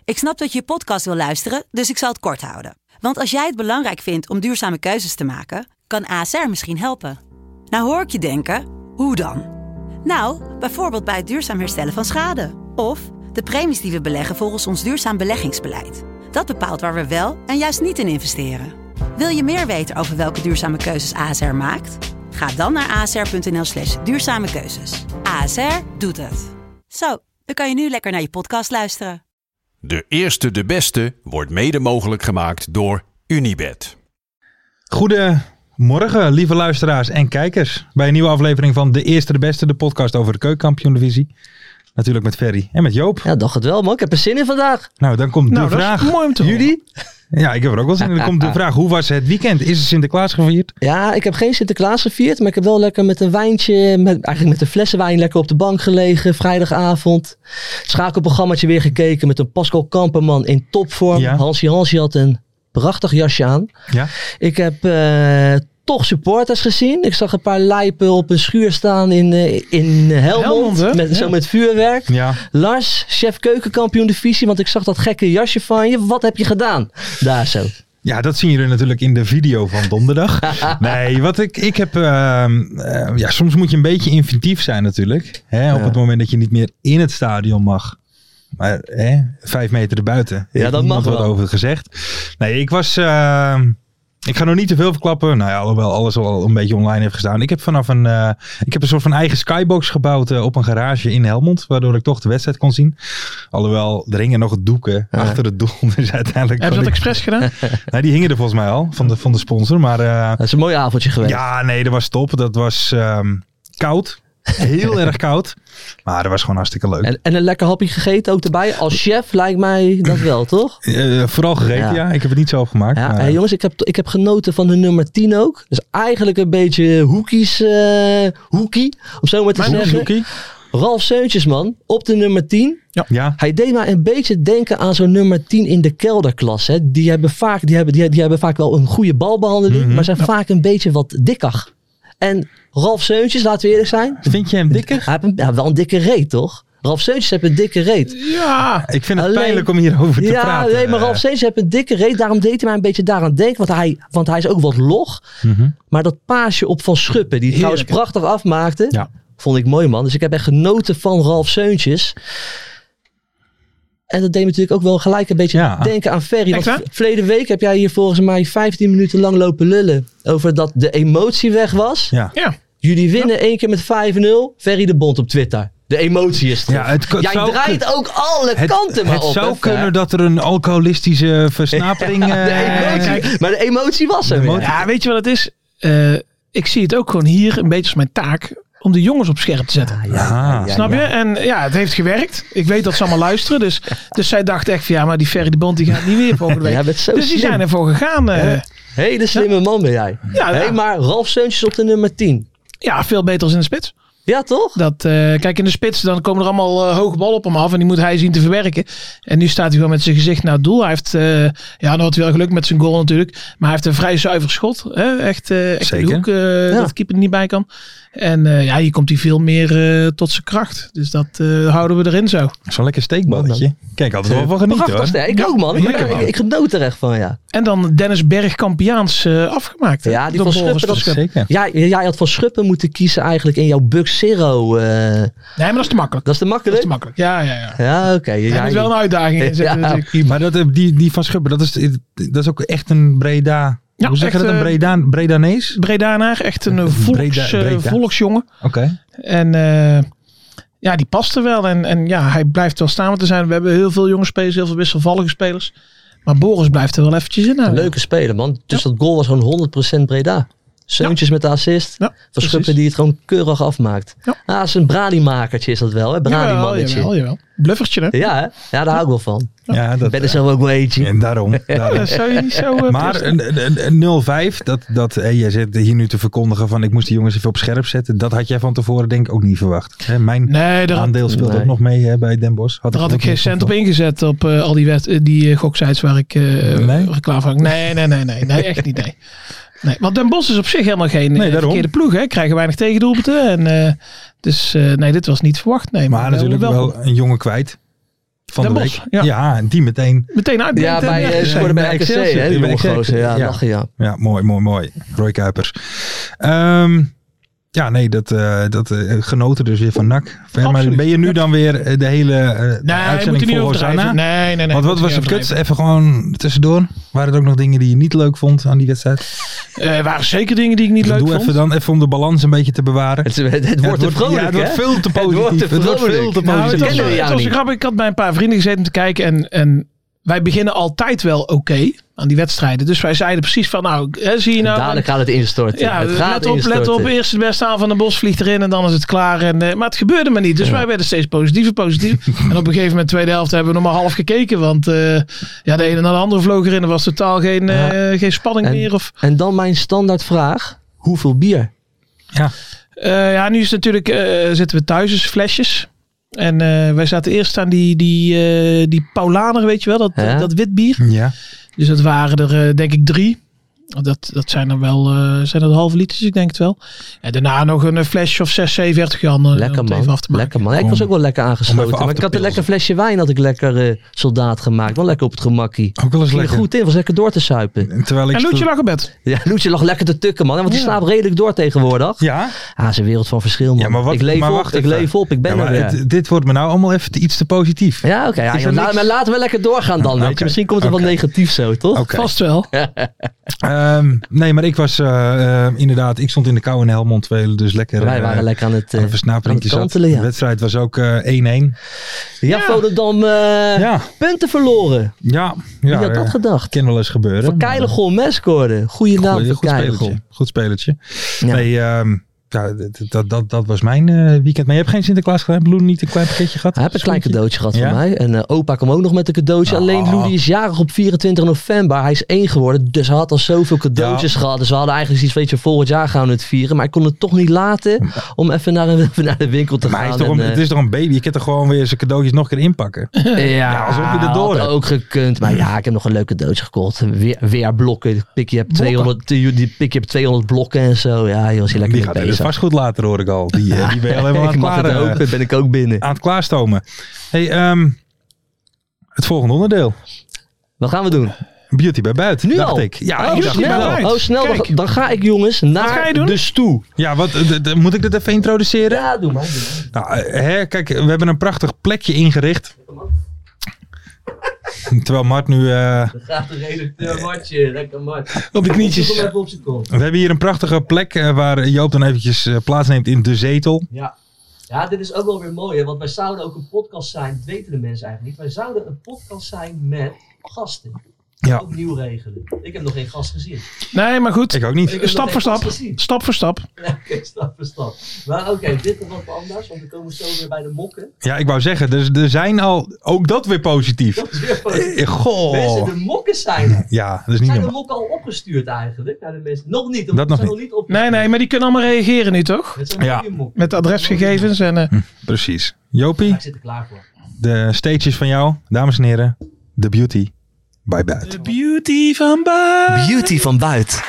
Ik snap dat je podcast wil luisteren, dus ik zal het kort houden. Want als jij het belangrijk vindt om duurzame keuzes te maken, kan ASR misschien helpen. Nou hoor ik je denken, hoe dan? Nou, bijvoorbeeld bij het duurzaam herstellen van schade. Of de premies die we beleggen volgens ons duurzaam beleggingsbeleid. Dat bepaalt waar we wel en juist niet in investeren. Wil je meer weten over welke duurzame keuzes ASR maakt? Ga dan naar asr.nl/duurzame keuzes. ASR doet het. Zo, dan kan je nu lekker naar je podcast luisteren. De eerste, de beste wordt mede mogelijk gemaakt door Unibet. Goedemorgen, lieve luisteraars en kijkers. Bij een nieuwe aflevering van De Eerste, de Beste, de podcast over de Keukenkampioen-divisie. Natuurlijk met Ferry en met Joop. Ja, dacht het wel, man. Ik heb er zin in vandaag. Nou, dan komt de vraag. Mooi om te horen. Jullie? Ja, ik heb er ook wel zin in. Dan komt de vraag, hoe was het weekend? Is er Sinterklaas gevierd? Ja, ik heb geen Sinterklaas gevierd, maar ik heb wel lekker met een wijntje, eigenlijk met een flessenwijn lekker op de bank gelegen. Vrijdagavond. Schakelprogrammaatje weer gekeken met een Pascal Kamperman in topvorm. Ja. Hansie had een prachtig jasje aan. Ja. Ik heb toch supporters gezien. Ik zag een paar lijpen op een schuur staan in Helmond. Helmond, met vuurwerk. Ja. Lars, chef keukenkampioen divisie, want ik zag dat gekke jasje van je. Wat heb je gedaan? Daar zo. Ja, dat zien jullie natuurlijk in de video van donderdag. Nee, wat ik heb... soms moet je een beetje inventief zijn natuurlijk. Hè, op het moment dat je niet meer in het stadion mag. Maar 5 meter erbuiten. Ja, dat mag wat wel. over gezegd. Nee, ik was... ik ga nog niet te veel verklappen. Nou ja, alhoewel alles al een beetje online heeft gestaan. Ik heb ik heb een soort van eigen skybox gebouwd op een garage in Helmond. Waardoor ik toch de wedstrijd kon zien. Alhoewel, er hingen nog doeken achter het doel. Dus uiteindelijk... Hebben ze dat expres gedaan? Nou, die hingen er volgens mij al van de sponsor. Maar Dat is een mooi avondje geweest. ja, nee, dat was top. Dat was koud. Heel erg koud. Maar dat was gewoon hartstikke leuk. En een lekker hapje gegeten ook erbij. Als chef lijkt mij dat wel, toch? Vooral gegeten, ja. Ik heb het niet zelf gemaakt. Ja, maar, hey, jongens, ik heb genoten van de nummer 10 ook. Dus eigenlijk een beetje hoekie, om zo maar te zeggen. Hoekie. Ralf Seuntjes, man, op de nummer 10. Ja. Hij deed mij een beetje denken aan zo'n nummer 10 in de kelderklas. Hè. Die hebben vaak wel een goede balbehandeling, maar zijn vaak een beetje wat dikker. En Ralf Seuntjes, laten we eerlijk zijn. Vind je hem dikker? Hij heeft wel een dikke reet, toch? Ralf Seuntjes heeft een dikke reet. Ja. Ik vind het Alleen- pijnlijk om hierover te praten. Ja, nee, maar Ralf Seuntjes heeft een dikke reet. Daarom deed hij mij een beetje daaraan denken. Want hij is ook wat log. Maar dat paasje op Van Schuppen, die trouwens prachtig afmaakte, Ja. vond ik mooi, man. Dus ik heb echt genoten van Ralf Seuntjes. En dat deed me natuurlijk ook wel gelijk een beetje denken aan Ferry. Echt, Want hè? verleden week heb jij hier volgens mij 15 minuten lang lopen lullen over dat de emotie weg was. Ja. Ja. Jullie winnen 1 keer met 5-0. Ferry de Bond op Twitter. De emotie is terug. Ja, het Jij zou draait ook alle kanten maar het op. zou hè, kunnen Fer? dat er een alcoholistische versnapering... De emotie. Maar de emotie was er weer. Ja, weet je wat het is? Ik zie het ook gewoon hier een beetje als mijn taak om de jongens op scherp te zetten. Snap je? En ja, het heeft gewerkt. Ik weet dat ze allemaal luisteren. Dus zij dacht echt van ja, maar die Ferry de Bond die gaat niet weer volgende week. Jij bent zo dus die slim. zijn ervoor gegaan. Hele slimme man ben jij. Ja, Hey, maar Ralf Seuntjes op de nummer 10. Ja, veel beter als in de spits. Ja, toch? Kijk, in de spits dan komen er allemaal hoge ballen op hem af en die moet hij zien te verwerken. En nu staat hij gewoon met zijn gezicht naar het doel. Hij heeft, nou had hij wel geluk met zijn goal natuurlijk, maar hij heeft een vrij zuiver schot. Hè? Echt in de hoek, dat de keeper er niet bij kan. En hier komt hij veel meer tot zijn kracht. Dus dat houden we erin zo. Zo'n lekker steekballetje. Kijk, altijd wel van genieten Prachtig, hoor. hè? Ik ook, man. Ik genoot er echt van, ja. En dan Dennis Bergkampiaans afgemaakt. Hè? Ja, die Door van Boris Schuppen. van Schuppen. Zeker. Jij had van Schuppen moeten kiezen eigenlijk in jouw Buck Zero. Nee, maar dat is te makkelijk. Dat is te Dat makkelijk? is te makkelijk. Ja. Ja, oké. Hij moet wel een uitdaging inzetten. Ja. Dus Maar die van Schuppen, dat is ook echt een Breda... Ja, hoe zeg je echt, dat? Een Bredanees? Bredanaar, echt een volksjongen. Oké. En die past er wel. En hij blijft wel staan te zijn. We hebben heel veel jonge spelers, heel veel wisselvallige spelers. Maar Boris blijft er wel eventjes in. Een leuke speler, man. Dus dat goal was gewoon 100% Breda. Seuntjes met de assist. Ja, Van Schuppen die het gewoon keurig afmaakt. Ja. Dat is een Brady-makertje is dat wel, hè? Brady-mannetje. Jawel. Bluffertje, hè? Ja, hè? Ja, daar hou ik wel van. Ja, dat... Ik ben er zelf ook wel eentje. En daarom. Dat zou je niet zo... Maar een 0-5, jij zit hier nu te verkondigen van ik moest die jongens even op scherp zetten. Dat had jij van tevoren denk ik ook niet verwacht. Hè, mijn aandeel speelt ook nog mee bij Den Bosch. Daar had ik geen cent op ingezet op al die goksites waar ik reclame van. Nee, echt niet. Nee, want Den Bosch is op zich helemaal geen verkeerde ploeg. Hè? Krijgen weinig tegendoelpunten. En, dit was niet verwacht. Nee, maar natuurlijk wel een jongen kwijt. van Den de Bosch, week. ja. En die meteen. Meteen uit. Ja, scoorde bij RKC, hè? Die jonge gozer. Ja, lachen, ja. Ja, mooi. Roy Kuipers. Ja, nee, dat genoten dus weer van NAC. Maar ben je nu dan weer de hele uitzending voor Hosanna? Nee. Want wat was het kut? Even gewoon tussendoor. Waren er ook nog dingen die je niet leuk vond aan die wedstrijd? Er waren zeker dingen die ik niet leuk vond. Doe even om de balans een beetje te bewaren. Het wordt te vrolijk, het wordt veel te positief. Het wordt veel te positief. Het was grappig. Ik had bij een paar vrienden gezeten te kijken en wij beginnen altijd wel oké aan die wedstrijden. Dus wij zeiden precies van, zie je nou... Dadelijk gaat het instorten. Ja, het gaat let op. Eerst de beste aan van de Bos vliegt erin en dan is het klaar. Maar het gebeurde maar niet. Dus wij werden steeds positief. En op een gegeven moment, tweede helft, hebben we nog maar half gekeken. Want de ene naar de andere vloog erin. Er was totaal geen spanning meer. En dan mijn standaardvraag. Hoeveel bier? Ja. Nu is het natuurlijk, zitten we thuis, dus flesjes. En wij zaten eerst aan die Paulaner, weet je wel, dat wit bier. Ja. Dus dat waren er denk ik 3. Dat zijn er wel, zijn dat halve liters, ik denk het wel. En daarna nog een flesje of 6, 47 Jan. Lekker man. Ja, ik was ook wel lekker aangesloten. Maar ik had een lekker flesje wijn, had ik lekker soldaat gemaakt. Wel lekker op het gemakkie. Ook wel eens lekker. lekker. Goed in, was lekker door te suipen. En Loetje lag op bed. Ja, Loetje lag lekker te tukken, man. Want die slaapt redelijk door tegenwoordig. Ja? Is een wereld van verschil, man. Ja, maar ik leef op, ik ben er weer. Dit wordt me nou allemaal even iets te positief. Ja, oké. Maar laten we lekker doorgaan dan, weet je. Misschien komt er wel negatief zo, toch? Vast wel. Nee, maar ik was inderdaad, ik stond in de kou in Helmond, dus lekker. Wij waren lekker aan het kantelen. De wedstrijd was ook 1-1. Ja, Volendam punten verloren. Ja. Wie had dat gedacht? Kan wel eens gebeuren. Van Keilegom scoorde. Goeie naam voor Keilegom. Goed spelertje. Ja. Nee, dat was mijn weekend. Maar je hebt geen Sinterklaas gedaan? Bloem niet een klein pakketje gehad? Hij heeft een klein cadeautje gehad van mij. En opa kwam ook nog met een cadeautje. Alleen Loedi is jarig op 24 november. Hij is 1 geworden. Dus hij had al zoveel cadeautjes gehad. Dus we hadden eigenlijk iets, weet je, volgend jaar gaan we het vieren. Maar ik kon het toch niet laten om even naar de winkel te gaan. Het is toch een baby? Je kunt er gewoon weer zijn cadeautjes nog een keer inpakken. Alsof je erdoor hebt. Had ook gekund. Maar ik heb nog een leuk cadeautje gekocht. Weer blokken. Je hebt 200 blokken en zo. Ja, je was hier lekker mee bezig. Vastgoed later hoor ik al. Die ben je helemaal ben ik ook binnen. Aan het klaarstomen. Hey, het volgende onderdeel. Wat gaan we doen? Beauty bij buiten, nu dacht al? ik. Ja, snel. Dan ga ik, jongens, naar de stoel. Ja, moet ik dit even introduceren? Ja, doe maar. Kijk, we hebben een prachtig plekje ingericht. Terwijl Mart nu... Dat gaat de redacteur Martje. Lekker Mart. Op de knietjes. Kom even op zijn kont. We hebben hier een prachtige plek waar Joop dan eventjes plaatsneemt in de zetel. Ja, dit is ook wel weer mooi. Hè? Want wij zouden ook een podcast zijn. Dat weten de mensen eigenlijk niet. Wij zouden een podcast zijn met gasten. Ja. Opnieuw regelen. Ik heb nog geen gast gezien. Nee, maar goed. Ik ook niet. Stap voor stap. Stap voor stap. Ja, stap voor stap. Maar oké, dit is wat anders. Want we komen zo weer bij de mokken. Ja, ik wou zeggen. Dus er zijn al... Ook dat weer positief. Dat is weer positief. Goh. Mensen, de mokken zijn er. Ja, dat is niet zijn de mokken al opgestuurd eigenlijk naar de mensen? Nog niet. Dat nog niet. Nee, maar die kunnen allemaal reageren nu toch? Het zijn mooie mokken. Met adresgegevens en... Precies. Jopie. Ik zit er klaar voor. De stage is van jou. Dames en heren. The Beauty bij Buit. De beauty van Buit. Beauty van Buit.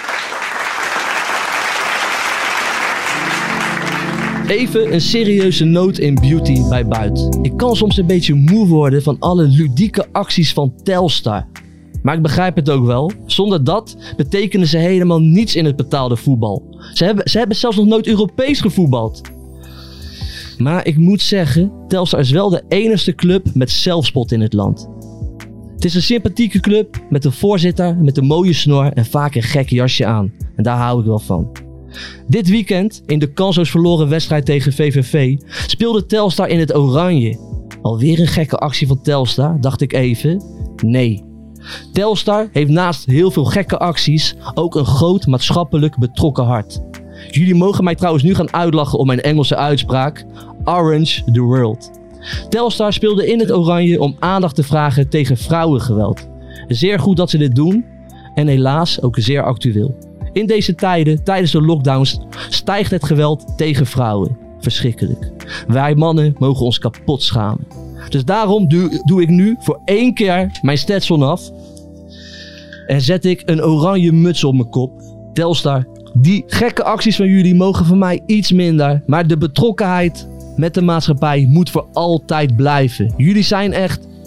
Even een serieuze noot in Beauty bij Buit. Ik kan soms een beetje moe worden van alle ludieke acties van Telstar. Maar ik begrijp het ook wel. Zonder dat betekenen ze helemaal niets in het betaalde voetbal. Ze hebben zelfs nog nooit Europees gevoetbald. Maar ik moet zeggen, Telstar is wel de enige club met zelfspot in het land. Het is een sympathieke club met een voorzitter met een mooie snor en vaak een gek jasje aan. En daar hou ik wel van. Dit weekend, in de kansloos verloren wedstrijd tegen VVV, speelde Telstar in het oranje. Alweer een gekke actie van Telstar, dacht ik even. Nee. Telstar heeft naast heel veel gekke acties ook een groot maatschappelijk betrokken hart. Jullie mogen mij trouwens nu gaan uitlachen om mijn Engelse uitspraak. Orange the world. Telstar speelde in het oranje om aandacht te vragen tegen vrouwengeweld. Zeer goed dat ze dit doen en helaas ook zeer actueel. In deze tijden, tijdens de lockdowns, stijgt het geweld tegen vrouwen. Verschrikkelijk. Wij mannen mogen ons kapot schamen. Dus daarom doe ik nu voor 1 keer mijn Stetson af en zet ik een oranje muts op mijn kop. Telstar, die gekke acties van jullie mogen van mij iets minder, maar de betrokkenheid met de maatschappij moet voor altijd blijven. Jullie zijn echt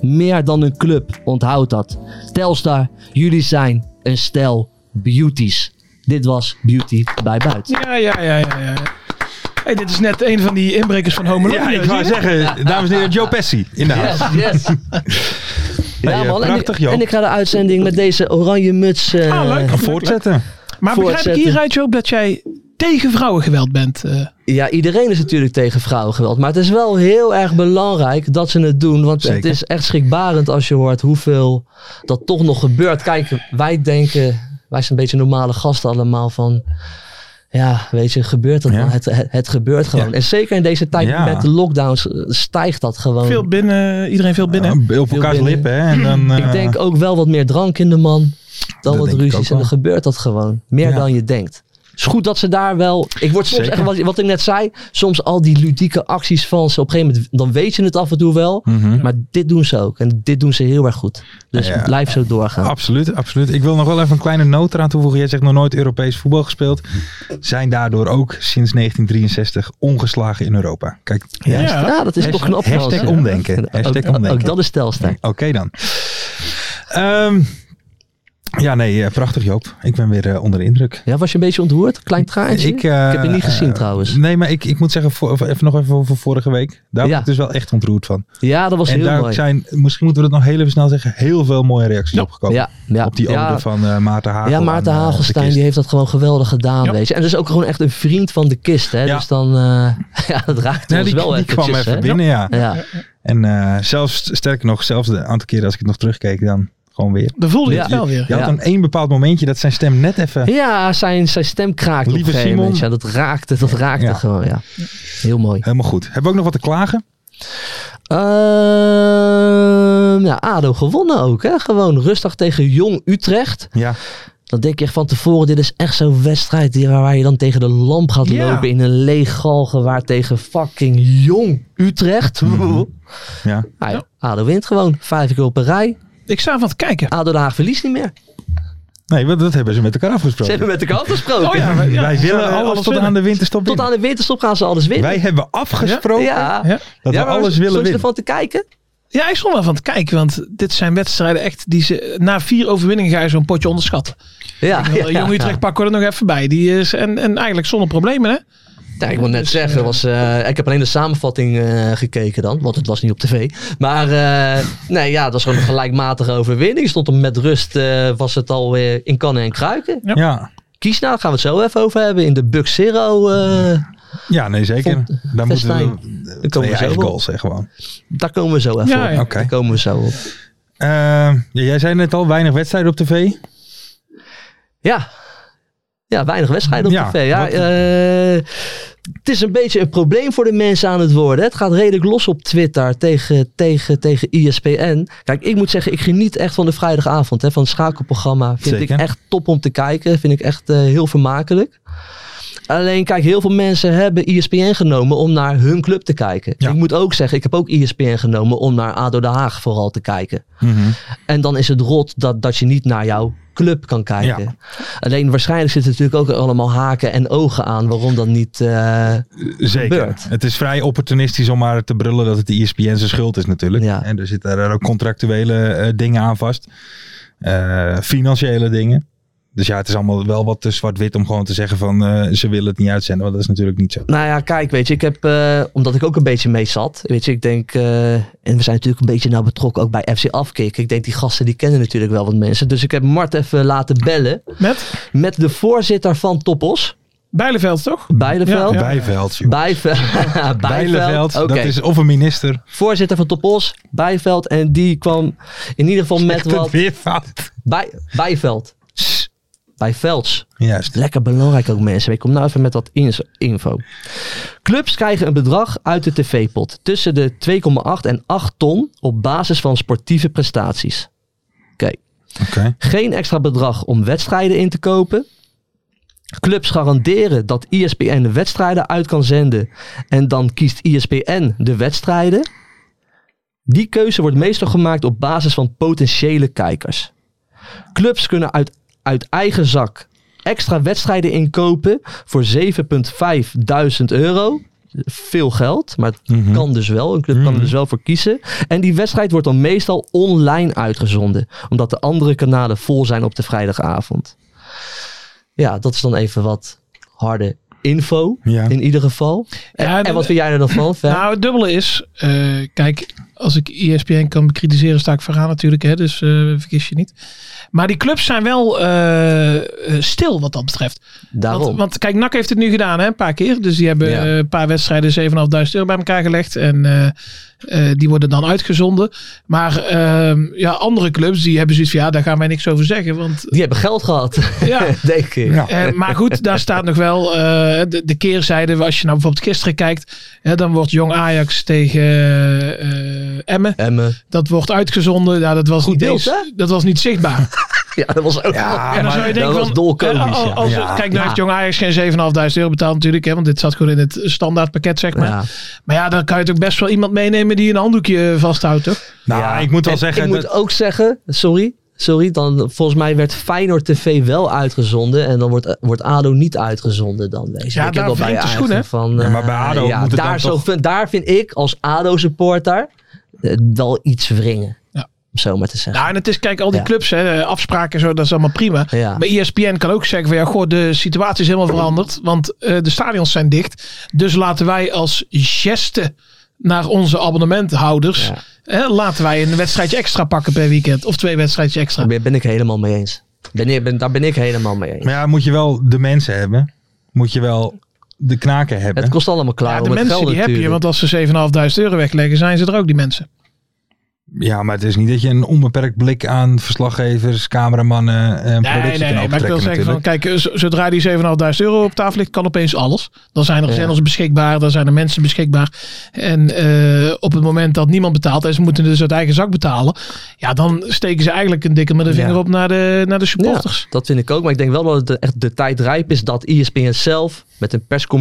meer dan een club. Onthoud dat. Telstar, jullie zijn een stel beauties. Dit was Beauty bij Buit. Ja. Hey, dit is net een van die inbrekers van Home Alone. Ja, ik wou zeggen, dames en heren, Joe Pesci in de huis. Yes. Ja, man. prachtig, Joop. En ik ga de uitzending met deze oranje muts Leuk. Voortzetten. Maar begrijp ik hieruit, Joop, dat jij tegen vrouwengeweld bent? Ja, iedereen is natuurlijk tegen vrouwengeweld. Maar het is wel heel erg belangrijk dat ze het doen. Want Zeker. het is echt schrikbarend als je hoort hoeveel dat toch nog gebeurt. Kijk, wij denken, wij zijn een beetje normale gasten allemaal van... Ja, weet je, gebeurt dat Ja. dan? Het gebeurt gewoon. Ja. En zeker in deze tijd Ja. met de lockdowns iedereen dat gewoon. Iedereen veel binnen. Op elkaars binnen. lippen. Hè? En dan, Ik denk ook wel wat meer drank in de man. Dan Dat wat denk ik ook ruzies. En wel. dan gebeurt dat gewoon. Meer Ja. dan je denkt. Het is goed dat ze daar wel... Ik word soms Zeker. echt, wat ik net zei, soms al die ludieke acties van ze. Op een gegeven moment, dan weet je het af en toe wel. Mhm. Maar dit doen ze ook. En dit doen ze heel erg goed. Dus Ja. blijf zo doorgaan. Absoluut. Ik wil nog wel even een kleine noot eraan toevoegen. Jij zegt nog nooit Europees voetbal gespeeld. Zijn daardoor ook sinds 1963 ongeslagen in Europa. Kijk, Ja, dat is toch knap. van hashtag ze. omdenken. Hashtag omdenken. Ook dat is Telstar. Oké dan. Prachtig Joop. Ik ben weer onder de indruk. Ja, was je een beetje ontroerd? Klein traantje? Ik heb je niet gezien trouwens. Nee, maar ik moet zeggen, even over vorige week. Daar Ja. ben ik dus wel echt ontroerd van. Ja, dat was En heel daar mooi. zijn, misschien moeten we dat nog heel even snel zeggen, heel veel mooie reacties opgekomen. Ja. Op die ode van Maarten Hagel. Ja, Maarten aan, de Hagelstein kist. die heeft dat gewoon geweldig gedaan, Ja. weet je. En dus ook gewoon echt een vriend van de kist, hè. Ja. Dus dan, dat raakt Nee, ons die wel kwam eventjes, even hè. binnen, ja. Ja. En zelfs, sterker nog, zelfs de aantal keren als ik het nog terugkeek, dan gewoon weer. Dan voelde je Ja. het wel weer. Je had dan één bepaald momentje dat zijn stem net even... Ja, zijn stem kraakte op een Lieve gegeven moment. Simon. Ja, dat raakte Ja. gewoon, ja. Heel mooi. Helemaal goed. Hebben we ook nog wat te klagen? ADO gewonnen ook, hè. Gewoon rustig tegen Jong Utrecht. Ja. Dan denk je echt van tevoren, dit is echt zo'n wedstrijd waar je dan tegen de lamp gaat Ja. lopen in een leeg galgenwaard tegen fucking Jong Utrecht. Ja. Nou ja, ADO wint gewoon 5 keer op een rij. Ik sta van te kijken. ADO Den Haag verliest niet meer. Nee, dat hebben ze met elkaar Ze afgesproken. hebben met elkaar afgesproken. Oh ja, Wij willen alles tot aan de winterstop Tot winnen. aan de winterstop gaan ze alles winnen. Wij hebben afgesproken ja. Ja. dat Ja, we maar alles stond willen je winnen. ervan te kijken? Ja, ik stond wel van te kijken, want dit zijn wedstrijden echt die ze na 4 overwinningen ga je zo'n potje onderschatten. Ja. Jong Utrecht pakken we er nog even bij. Die is en eigenlijk zonder problemen, hè? Ja, ik moet net zeggen, ik heb alleen de samenvatting gekeken dan, want het was niet op tv. Maar dat was gewoon een gelijkmatige overwinning. Stond er met rust, was het alweer in kannen en kruiken. Ja. Kiesna, daar gaan we het zo even over hebben. In de Buck Zero, Ja, nee, zeker. Daar moeten Festijn. we Daar komen twee we zo eigen op. goals, zeg gewoon. Daar komen we zo even Ja, op. ja. Oké. Daar komen we zo op. Jij zei net al, weinig wedstrijden op tv. Ja, weinig wedstrijden op Ja, tv. Ja, wat- het is een beetje een probleem voor de mensen aan het worden. Het gaat redelijk los op Twitter tegen ESPN. Kijk, ik moet zeggen, ik geniet echt van de vrijdagavond. Hè, van het schakelprogramma. Vind Zeker. ik echt top om te kijken. Vind ik echt heel vermakelijk. Alleen, kijk, heel veel mensen hebben ESPN genomen om naar hun club te kijken. Ja. Ik moet ook zeggen, ik heb ook ESPN genomen om naar ADO Den Haag vooral te kijken. Mhm. En dan is het rot dat je niet naar jouw club kan kijken. Ja. Alleen waarschijnlijk zitten natuurlijk ook allemaal haken en ogen aan waarom dat niet Zeker. gebeurt. Het is vrij opportunistisch om maar te brullen dat het de ESPN zijn schuld is natuurlijk. Ja. En er zitten daar ook contractuele dingen aan vast. Financiële dingen. Dus ja, het is allemaal wel wat te zwart-wit om gewoon te zeggen van ze willen het niet uitzenden. Want dat is natuurlijk niet zo. Nou ja, kijk, weet je, ik heb, omdat ik ook een beetje mee zat, weet je, ik denk, en we zijn natuurlijk een beetje nou betrokken ook bij FC Afkick. Ik denk, die gasten die kennen natuurlijk wel wat mensen. Dus ik heb Mart even laten bellen met de voorzitter van Topos, Bijleveld, toch? Bijleveld. Ja. Bijveld, joh. Bijleveld, Oké. dat is of een minister. Voorzitter van Topos, Bijveld, en die kwam in ieder geval met Echt het wat... weer fout. Bijveld. Bijvelds. Juist. Lekker belangrijk ook, mensen. Ik kom nou even met wat info. Clubs krijgen een bedrag uit de tv-pot tussen de 2,8 en 8 ton op basis van sportieve prestaties. Oké. Geen extra bedrag om wedstrijden in te kopen. Clubs garanderen dat ESPN de wedstrijden uit kan zenden en dan kiest ESPN de wedstrijden. Die keuze wordt meestal gemaakt op basis van potentiële kijkers. Clubs kunnen uit eigen zak extra wedstrijden inkopen voor €7.500. veel geld. Maar het kan dus wel. Een club kan er dus wel voor kiezen. En die wedstrijd wordt dan meestal online uitgezonden. Omdat de andere kanalen vol zijn op de vrijdagavond. Ja, dat is dan even wat harde info. Ja. In ieder geval. En wat vind jij er dan van? Nou, het dubbele is... kijk, als ik ESPN kan bekritiseren, sta ik vooraan natuurlijk. Hè, dus vergis je niet. Maar die clubs zijn wel stil wat dat betreft. Daarom. Want kijk, NAC heeft het nu gedaan, hè, een paar keer. Dus die hebben een paar wedstrijden €7.500 bij elkaar gelegd. En die worden dan uitgezonden. Maar andere clubs die hebben zoiets van... daar gaan wij niks over zeggen. Want die hebben geld gehad. Ja. Denk ik. Ja. Maar goed, daar staat nog wel de keerzijde. Als je nou bijvoorbeeld gisteren kijkt... dan wordt Jong Ajax tegen Emmen. Dat wordt uitgezonden. Ja, dat was, dat was niet zichtbaar. Ja, dat was ook en dan zou je denken, dat was dolkomisch. Kijk, nou heeft Jong Ajax geen €7.500 betaald natuurlijk. Hè, want dit zat gewoon in het standaardpakket, zeg maar. Ja. Maar ja, dan kan je toch best wel iemand meenemen die een handdoekje vasthoudt, toch? Nou, ik moet wel zeggen... Ik moet ook zeggen, sorry, dan volgens mij werd Feyenoord TV wel uitgezonden en dan wordt ADO niet uitgezonden dan. Weet je. Ja, daar wringt de schoen, hè? Maar bij ADO moet het daar vind ik als ADO-supporter wel iets wringen. Ja. Om zo maar te zeggen. Nou, en het is, kijk, al die clubs, hè, afspraken zo, dat is allemaal prima. Ja. Maar ESPN kan ook zeggen van, de situatie is helemaal veranderd, want de stadions zijn dicht. Dus laten wij als geste naar onze abonnementhouders... laten wij een wedstrijdje extra pakken per weekend. Of 2 wedstrijdjes extra. Daar ben ik helemaal mee eens. Daar ben ik helemaal mee eens. Maar ja, moet je wel de mensen hebben. Moet je wel de knaken hebben. Het kost allemaal klaar om het geld natuurlijk. De mensen die heb je. Want als ze €7.500 wegleggen, zijn ze er ook, die mensen. Ja, maar het is niet dat je een onbeperkt blik aan verslaggevers, cameramannen en productie kan optrekken. Maar ik wil zeggen van, kijk, zodra die €7.500 op tafel ligt, kan opeens alles. Dan zijn er zenders beschikbaar, dan zijn er mensen beschikbaar. En op het moment dat niemand betaalt en ze moeten dus uit eigen zak betalen, ja, dan steken ze eigenlijk een dikke met de vinger op naar de supporters. Ja, dat vind ik ook, maar ik denk wel dat het echt de tijd rijp is dat ESPN zelf met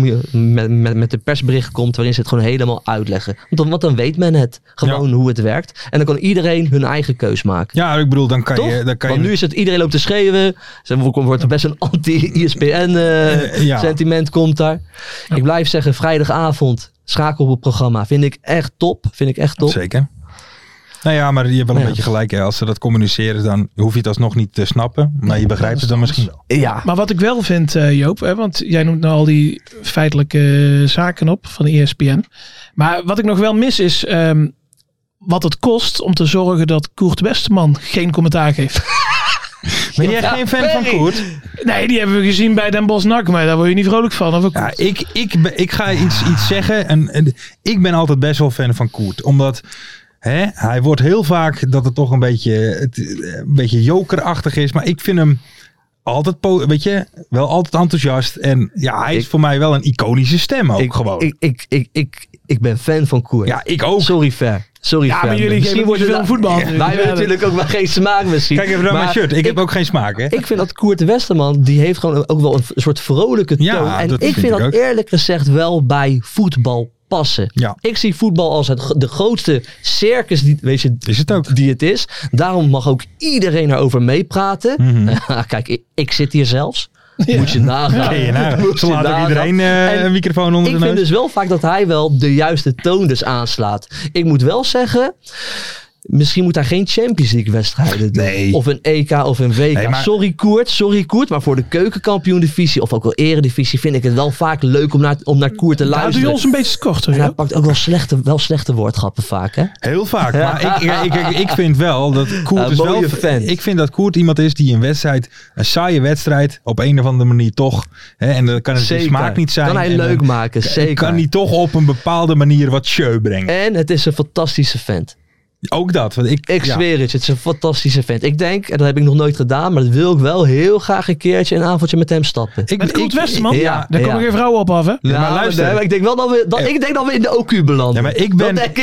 een persbericht komt waarin ze het gewoon helemaal uitleggen. Want dan weet men het. Gewoon hoe het werkt. En dan kan iedereen hun eigen keus maken. Ja, ik bedoel, dan kan je... Want nu is het, iedereen loopt te schreeuwen. Er wordt best een anti-ESPN sentiment komt daar. Ja. Ik blijf zeggen, vrijdagavond, schakel op het programma. Vind ik echt top. Zeker. Nou ja, maar je hebt wel een beetje gelijk. Hè. Als ze dat communiceren, dan hoef je het alsnog niet te snappen. Maar je begrijpt het dan misschien wel. Ja. Maar wat ik wel vind, Joop, hè, want jij noemt nou al die feitelijke zaken op van de ESPN. Maar wat ik nog wel mis is wat het kost om te zorgen dat Koert Westerman geen commentaar geeft. Ben jij geen fan van Koert? Nee, die hebben we gezien bij Den Bosch NAC, maar daar word je niet vrolijk van. Of ja, ik ga iets zeggen. En ik ben altijd best wel fan van Koert. Omdat... hij wordt heel vaak dat het toch een beetje jokerachtig is. Maar ik vind hem altijd, wel altijd enthousiast. En ja, hij is voor mij wel een iconische stem ook gewoon. Ik ben fan van Koert. Ja, ik ook. Sorry, Fer. Maar jullie geven niet veel voetbal. Wij hebben natuurlijk ook wel geen smaak misschien. Kijk even naar mijn shirt. Ik heb ook geen smaak, hè? Ik vind dat Koert Westerman, die heeft gewoon ook wel een soort vrolijke toon. Ja, en ik vind dat eerlijk gezegd wel bij voetbal passen. Ja. Ik zie voetbal als de grootste circus die het is. Daarom mag ook iedereen erover meepraten. Mm-hmm. Kijk, ik zit hier zelfs. Ja. Moet je nagaan. Ze laten iedereen een microfoon onder de neus. Ik vind dus wel vaak dat hij wel de juiste toon dus aanslaat. Ik moet wel zeggen... Misschien moet hij geen Champions League wedstrijden doen. Nee. Of een EK of een WK. Nee, maar... Sorry Koert. Maar voor de keukenkampioen divisie of ook wel eredivisie vind ik het wel vaak leuk om naar Koert te luisteren. Doe je ons een beetje kort. En hij pakt ook wel slechte woordgrappen vaak. Hè? Heel vaak. Maar ik vind wel dat Koert is wel... Ik vind dat Koert iemand is die een saaie wedstrijd, op een of andere manier toch... en dan kan het de smaak niet zijn. Kan hij leuk maken, zeker. Kan hij toch op een bepaalde manier wat show brengen. En het is een fantastische vent. Ook dat. Want ik zweer het is een fantastische vent. Ik denk, en dat heb ik nog nooit gedaan, maar dat wil ik wel heel graag een keertje een avondje met hem stappen. Met Koert Westerman? Ja. Daar komen geen vrouwen op af, hè? Ja, maar luister. Ik denk wel dat we in de OQ belanden. Ja, maar ik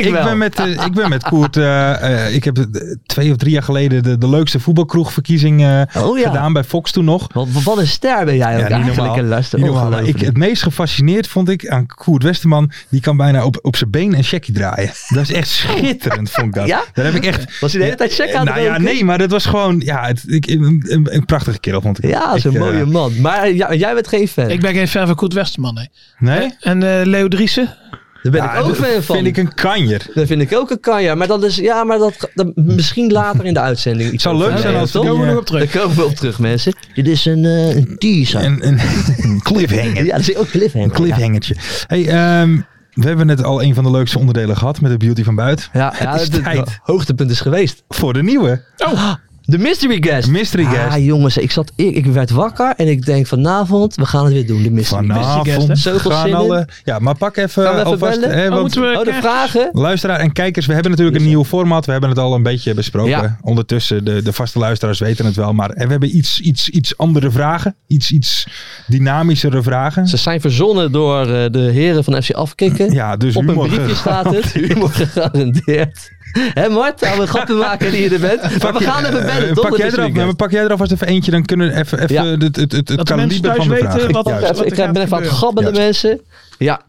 ben met Koert, ik heb 2 of 3 jaar geleden de leukste voetbalkroegverkiezing gedaan bij Fox toen nog. Wat een ster ben jij ook eigenlijk. Het meest gefascineerd vond ik aan Koert Westerman, die kan bijna op zijn been een checkie draaien. Dat is echt schitterend, vond ik dat. Ja? Daar heb ik echt... Was hij de hele tijd check aan het roken? Nee, maar dat was gewoon... Ja, een prachtige kerel vond ik. Ja, dat is een mooie man. Maar jij bent geen fan. Ik ben geen fan van Koet Westerman, nee. Nee? En Leo Driessen? Daar ben ik ook fan van. Vind ik een kanjer. Dat vind ik ook een kanjer. Maar dat is... Ja, maar dat misschien later in de uitzending. Het zou leuk zijn als Daar komen we nog op terug. Daar komen we op terug, mensen. Dit is een teaser. Een cliffhanger. Ja, dat is ook cliffhanger. Een cliffhangertje. Hey, we hebben net al een van de leukste onderdelen gehad met de Beauty van Buiten. Ja, het hoogtepunt is geweest. Voor de nieuwe. De mystery guest. Mystery guest. Ah, jongens, ik werd wakker en ik denk vanavond, we gaan het weer doen. De mystery Vanavond guest. Zoveel gaan zin in. alle... Ja, maar pak even Gaan we even alvast... bellen? want moeten we de vragen. luisteraar en kijkers, we hebben natuurlijk een nieuw format. We hebben het al een beetje besproken. Ja. Ondertussen, de vaste luisteraars weten het wel. Maar we hebben iets andere vragen. Iets dynamischere vragen. Ze zijn verzonnen door de heren van FC Afkikken. Ja, dus Op een humor briefje staat het. Humor gegarandeerd. Hé Mart, gaan we grappen maken die je er bent. Maar we gaan even bellen. Pak jij er alvast even eentje, dan kunnen we even Ja. het kaliber van de vraag. weten Ik ben even aan het gabbelen, mensen. Ja.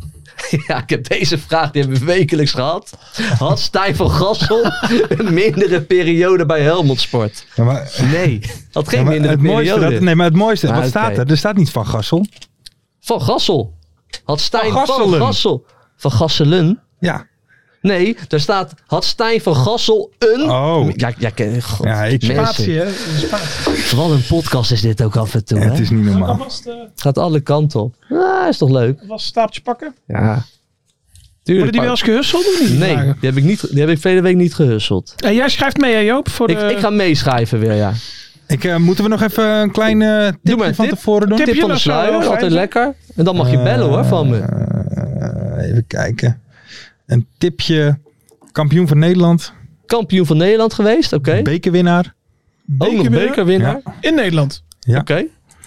Ja, ik heb deze vraag, die hebben we wekelijks gehad. Had Stijn van Gassel een mindere periode bij Helmond Sport? Ja, maar, Nee, had geen ja, maar mindere het mooiste, periode. maar het mooiste, Ah, wat oké. staat er? Er staat niet Van Gassel. Van Gassel. Had Stijn Van Gasselen. van Gassel. Van Gasselen? Ja. Nee, daar staat, had Stijn van Gassel een... Oh. Ja, god, Ja, ik- mensen. Spatie, hè? Spatie. Wat een podcast is dit ook af en toe, Het hè? is niet normaal. was het Gaat alle kanten op. Ah, is toch leuk? stapeltje pakken. Ja. Worden Tuurlijk. die wel eens gehusseld of niet? Nee, die heb ik verleden week niet gehusseld. En jij schrijft mee, hè Joop? Voor de... Ik ga meeschrijven weer, ja. Moeten we nog even een klein maar tipje een van tip. tevoren doen? Tip. Tip van de dat zou sluier, heel fijn altijd zijn. lekker. En dan mag je bellen hoor, van me. Even kijken. Een tipje. Kampioen van Nederland. Kampioen van Nederland geweest, oké. Bekerwinnaar. Ook nog bekerwinnaar. In Nederland. Ja. Oké.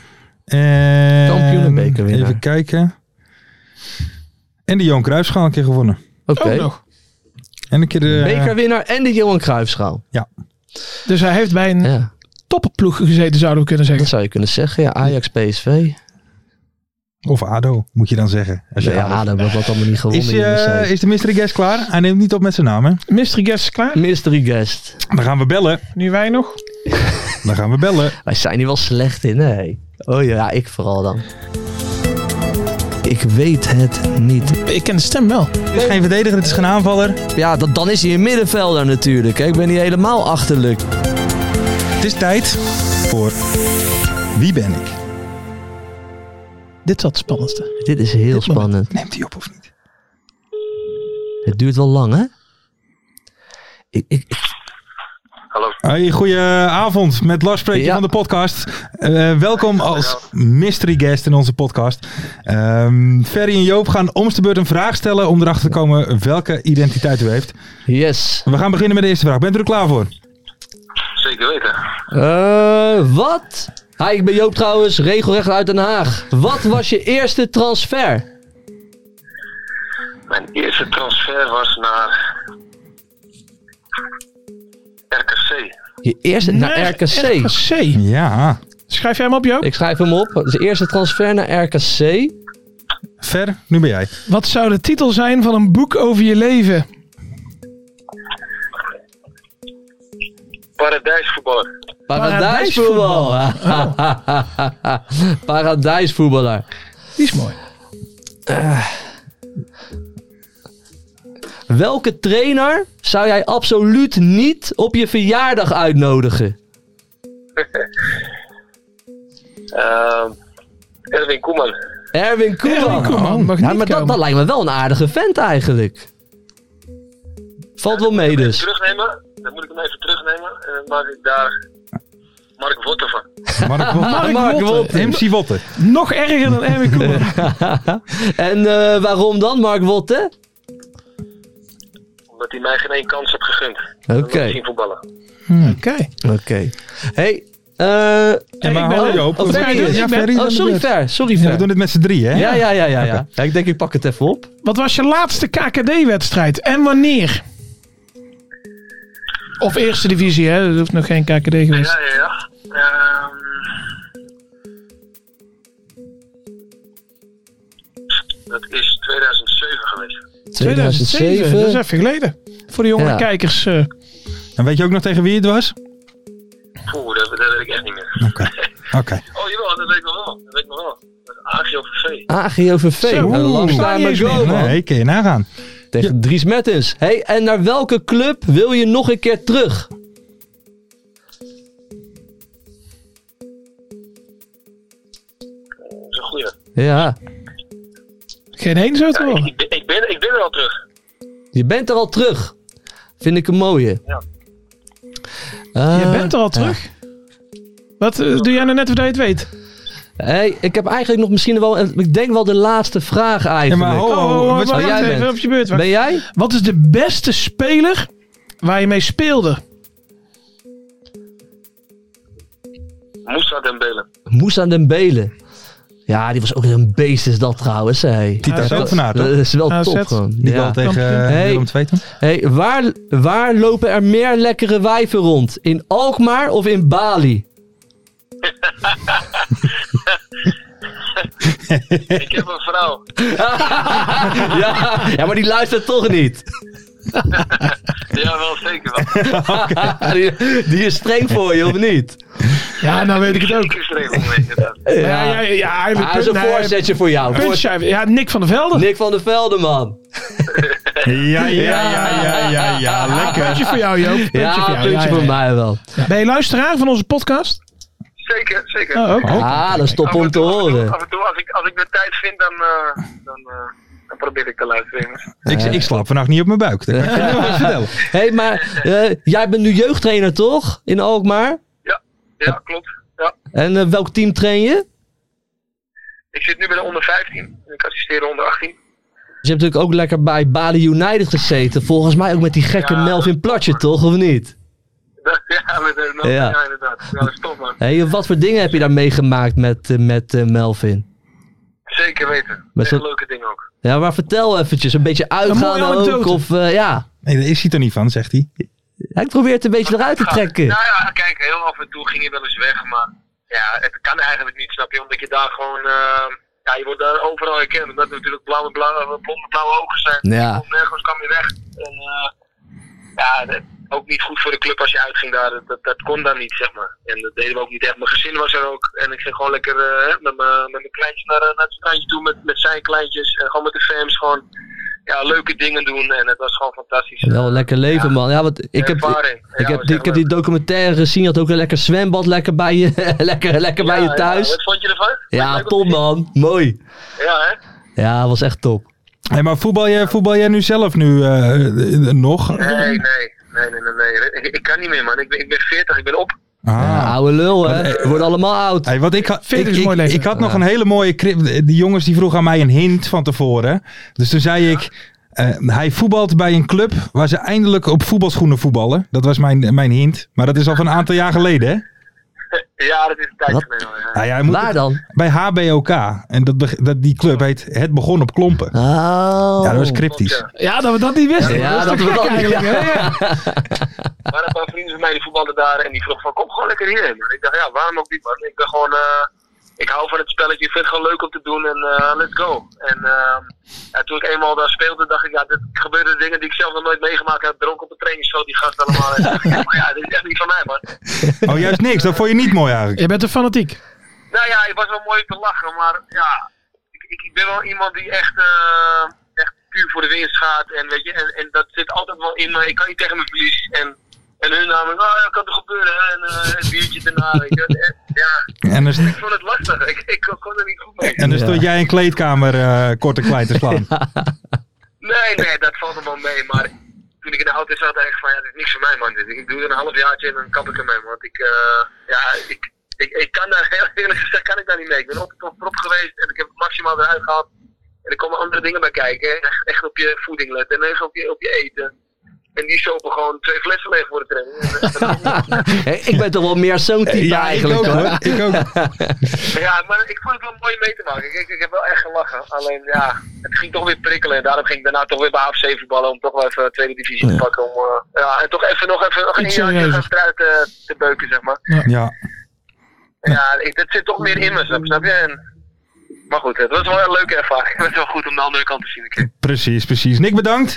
En Kampioen en bekerwinnaar. Even kijken. En de Johan Cruijffschaal een keer gewonnen. Oké. Ook nog. En een keer de... Bekerwinnaar en de Johan Cruijffschaal. Dus hij heeft bij een Ja, toppenploeg gezeten, zouden we kunnen dat zeggen. zou je kunnen zeggen. Ja, Ajax, PSV. Of ADO, moet je dan zeggen. Als je Ja, ADO... dat wordt allemaal niet gewonnen. Is, in de is de mystery guest klaar? Hij neemt niet op met zijn naam, hè? Mystery guest is klaar. Mystery guest. Dan gaan we bellen. Nu wij nog. Dan gaan we bellen. Wij zijn hier wel slecht in, hè? Oh ja, ik vooral dan. Ik weet het niet. Ik ken de stem wel. Het is geen verdediger, het is geen aanvaller. Ja, dan is hij een middenvelder natuurlijk. Hè? Ik ben niet helemaal achterlijk. Het is tijd voor Wie ben ik? Dit is wat het spannendste. Dit is heel Dit moment. spannend. Neemt hij op of niet? Het duurt wel lang, hè? Hey, goedenavond met Lars Spreekje Ja. van de podcast. Welkom als mystery guest in onze podcast. Ferry en Joop gaan om de beurt een vraag stellen om erachter te komen welke identiteit u heeft. Yes. We gaan beginnen met de eerste vraag. Bent u er klaar voor? Zeker weten. Wat? Hi, ik ben Joop trouwens, regelrecht uit Den Haag. Wat was je eerste transfer? Mijn eerste transfer was naar RKC. Je eerste naar RKC. RKC. Ja. Schrijf jij hem op, Joop? Ik schrijf hem op. De eerste transfer naar RKC. Ver, nu ben jij. Wat zou de titel zijn van een boek over je leven? Paradijsvoetballer. Paradijsvoetbal. Paradijsvoetballer. Die is mooi. Welke trainer zou jij absoluut niet op je verjaardag uitnodigen? Erwin Koeman. Erwin Koeman. Erwin Koeman, mag Ja, niet maar dat komen. lijkt me wel een aardige vent eigenlijk. Valt wel mee dus. Terugnemen. Dan moet ik hem even terugnemen. En dan maak ik daar Mark Wotter van. Mark Wotter. Mark Wotter. MC Wotter. Nog erger dan Erwin Koeman. En waarom dan, Mark Wotter? Omdat hij mij geen één kans heeft gegund. Oké. Zien voetballen. Oké. Hey. En maar hallo Joop. Oh, Ferry dus. Ja, Ferry. Oh, sorry Fer. Sorry Ja, we Fer. doen dit met z'n drie, hè? Ja. Ja, ik denk ik pak het even op. Wat was je laatste KKD-wedstrijd en wanneer? Of eerste divisie, hè? Dat hoeft nog geen KKD geweest. Ja. Dat is 2007 geweest. 2007, dat is even geleden. Voor de jonge Ja. kijkers. En weet je ook nog tegen wie het was? Oeh, dat weet ik echt niet meer. Oké. Oh jawel, dat weet ik nog wel. Dat is AGOVV. AGOVV. Zo. Een lang Staan time niet eens ago, meer. man. Nee, kun je nagaan. Tegen Dries Mertens. Hey, en naar welke club wil je nog een keer terug? Dat is een goeie. Ja, Geen heen zo te Ja, horen. ik ben er al terug. je bent er al terug. Vind ik een mooie. Ja. Je bent er al terug. Wat doe jij nou net voordat je het weet? Hey, ik heb eigenlijk nog misschien wel, ik denk wel de laatste vraag eigenlijk. Wacht jij even, bent. op je beurt. Wacht. Ben jij? Wat is de beste speler waar je mee speelde? Moussa Dembele. Moussa Dembele. Ja, die was ook een beest is dat trouwens. Hey. Tita AZ. Tovenaar, Dat toch? is wel AZ. top gewoon. Die Ja. goal tegen Hey. Willem II toen. Hey, waar lopen er meer lekkere wijven rond? In Alkmaar of in Bali? Ik heb een vrouw. Ja, maar die luistert toch niet. Ja, wel zeker wel. Die is streng voor je, of niet? Ja, nou weet ik het ook. Ik is er even mee gedaan. Ja, hij Hij is een voorzetje voor jou. Puntschijf. Ja, Nick van der Velde. Nick van der Velde, man. Ja, lekker. Puntje voor jou, Joop. Puntje Ja, voor jou. puntje Ja, voor ja. mij wel. Ben je luisteraar van onze podcast? Zeker. Oh, ook. Ah, dat is top om te horen. Af en toe, als ik de tijd vind, dan probeer ik te luisteren. Ik slaap vannacht niet op mijn buik. Dat kan ik je nog eens vertellen. Hé, maar jij bent nu jeugdtrainer, toch? In Alkmaar? Ja, klopt. Ja. En welk team train je? Ik zit nu bij de onder 15 en ik assisteer de onder 18. Dus je hebt natuurlijk ook lekker bij Bali United gezeten. Volgens mij ook met die gekke Ja, Melvin Platje, toch? Of niet? Ja, inderdaad. Ja, dat is tof, man. Hey, wat voor dingen heb je daar meegemaakt met Melvin? Zeker weten. Maar Echt zo- leuke dingen ook. Ja, maar vertel eventjes. Een beetje uitgaan mooie ook. anekdote. Of ja. Nee, daar is hij er niet van, zegt hij. Ja, ik probeer het een beetje eruit te trekken. Nou ja, kijk, heel af en toe ging je wel eens weg, maar ja, het kan eigenlijk niet, snap je? Omdat je daar gewoon, ja, je wordt daar overal herkend. Omdat er natuurlijk blonde blauwe ogen zijn. Ja. Of nergens kwam je weg. En ja, ook niet goed voor de club als je uitging daar. Dat kon dan niet, zeg maar. En dat deden we ook niet echt. Mijn gezin was er ook. En ik ging gewoon lekker met mijn kleintjes naar het strandje toe met zijn kleintjes. En gewoon met de fams gewoon leuke dingen doen. En het was gewoon fantastisch. Wel een lekker leven, man. Ja, want ik heb die documentaire gezien. Je had ook een lekker zwembad lekker bij je, lekker bij je thuis. Wat vond je ervan? Ja, Leuk om top te zien. man. Mooi. Ja, hè? Ja, was echt top. Hey, maar voetbal jij nu zelf nog? Nee. Ik kan niet meer, man. Ik ben 40, ik ben op. Ja, oude lul, hè. We worden allemaal oud. Hey, want 40 is een mooi leeftijd. ik had nog een hele mooie... Die jongens die vroegen aan mij een hint van tevoren. Dus toen zei ik... hij voetbalt bij een club waar ze eindelijk op voetbalschoenen voetballen. Dat was mijn hint. Maar dat is al van een aantal jaar geleden, hè? Ja, dat is een tijdje Wat? geleden al, ja. Nou ja, hij moet Waar dan? bij HBOK. En die club heet Het Begon op Klompen. Oh. Ja, dat was cryptisch. Klopt, ja. Ja, dat we dat niet wisten. Ja, is dat toch we dat gek niet- eigenlijk, hè? Ja. Maar een paar vrienden van mij die voetbalden daar en die vroegen van kom gewoon lekker hierheen. En ik dacht ja, waarom ook niet, man. Ik ben gewoon, ik hou van het spelletje, ik vind het gewoon leuk om te doen en let's go. En toen ik eenmaal daar speelde dacht ik, ja, dit gebeurde dingen die ik zelf nog nooit meegemaakt heb. Dronken op de trainingsveld, die gasten allemaal. En dacht ik, maar ja, dit is echt niet van mij, man. Oh, juist niks. Dat vond je niet mooi eigenlijk. Je bent een fanatiek. Nou ja, het was wel mooi te lachen, maar ja, ik ben wel iemand die echt puur voor de winst gaat. En weet je, en dat zit altijd wel in me. Ik kan niet tegen mijn verlies. En hun namen, ja, kan er gebeuren. Hè? En een biertje daarna, weet je. En, ja, En ik vond het lastig. Ik kon er niet goed mee. dan stond jij in kleedkamer kort en klein te slaan. Nee, dat valt er wel mee. Maar toen ik in de auto zat, dacht ik van, ja, dit is niks voor mij, man. Ik doe er een halfjaartje en dan kap ik ermee. Want ik kan daar, heel eerlijk gezegd, kan ik daar niet mee. Ik ben op prop geweest en ik heb het maximaal eruit gehaald. En er komen andere dingen bij kijken. Echt op je voeding letten en echt op je eten. En die sopen gewoon 2 flessen leeg voor de training. Hey, ik ben toch wel meer zo'n type eigenlijk, ik ook, hoor. hoor. Ik ook. Ja, maar ik vond het wel mooi mee te maken. Ik heb wel echt gelachen. Alleen ja, het ging toch weer prikkelen. En daarom ging ik daarna toch weer bij AFC voetballen. Om toch wel even tweede divisie te pakken. En toch nog een Iets jaartje serieuzer. achteruit te beuken, zeg maar. Ja. Ja, dat zit toch meer in me, snap je? Maar goed, het was wel een leuke ervaring. Het was wel goed om de andere kant te zien een keer. Precies. Nick, bedankt.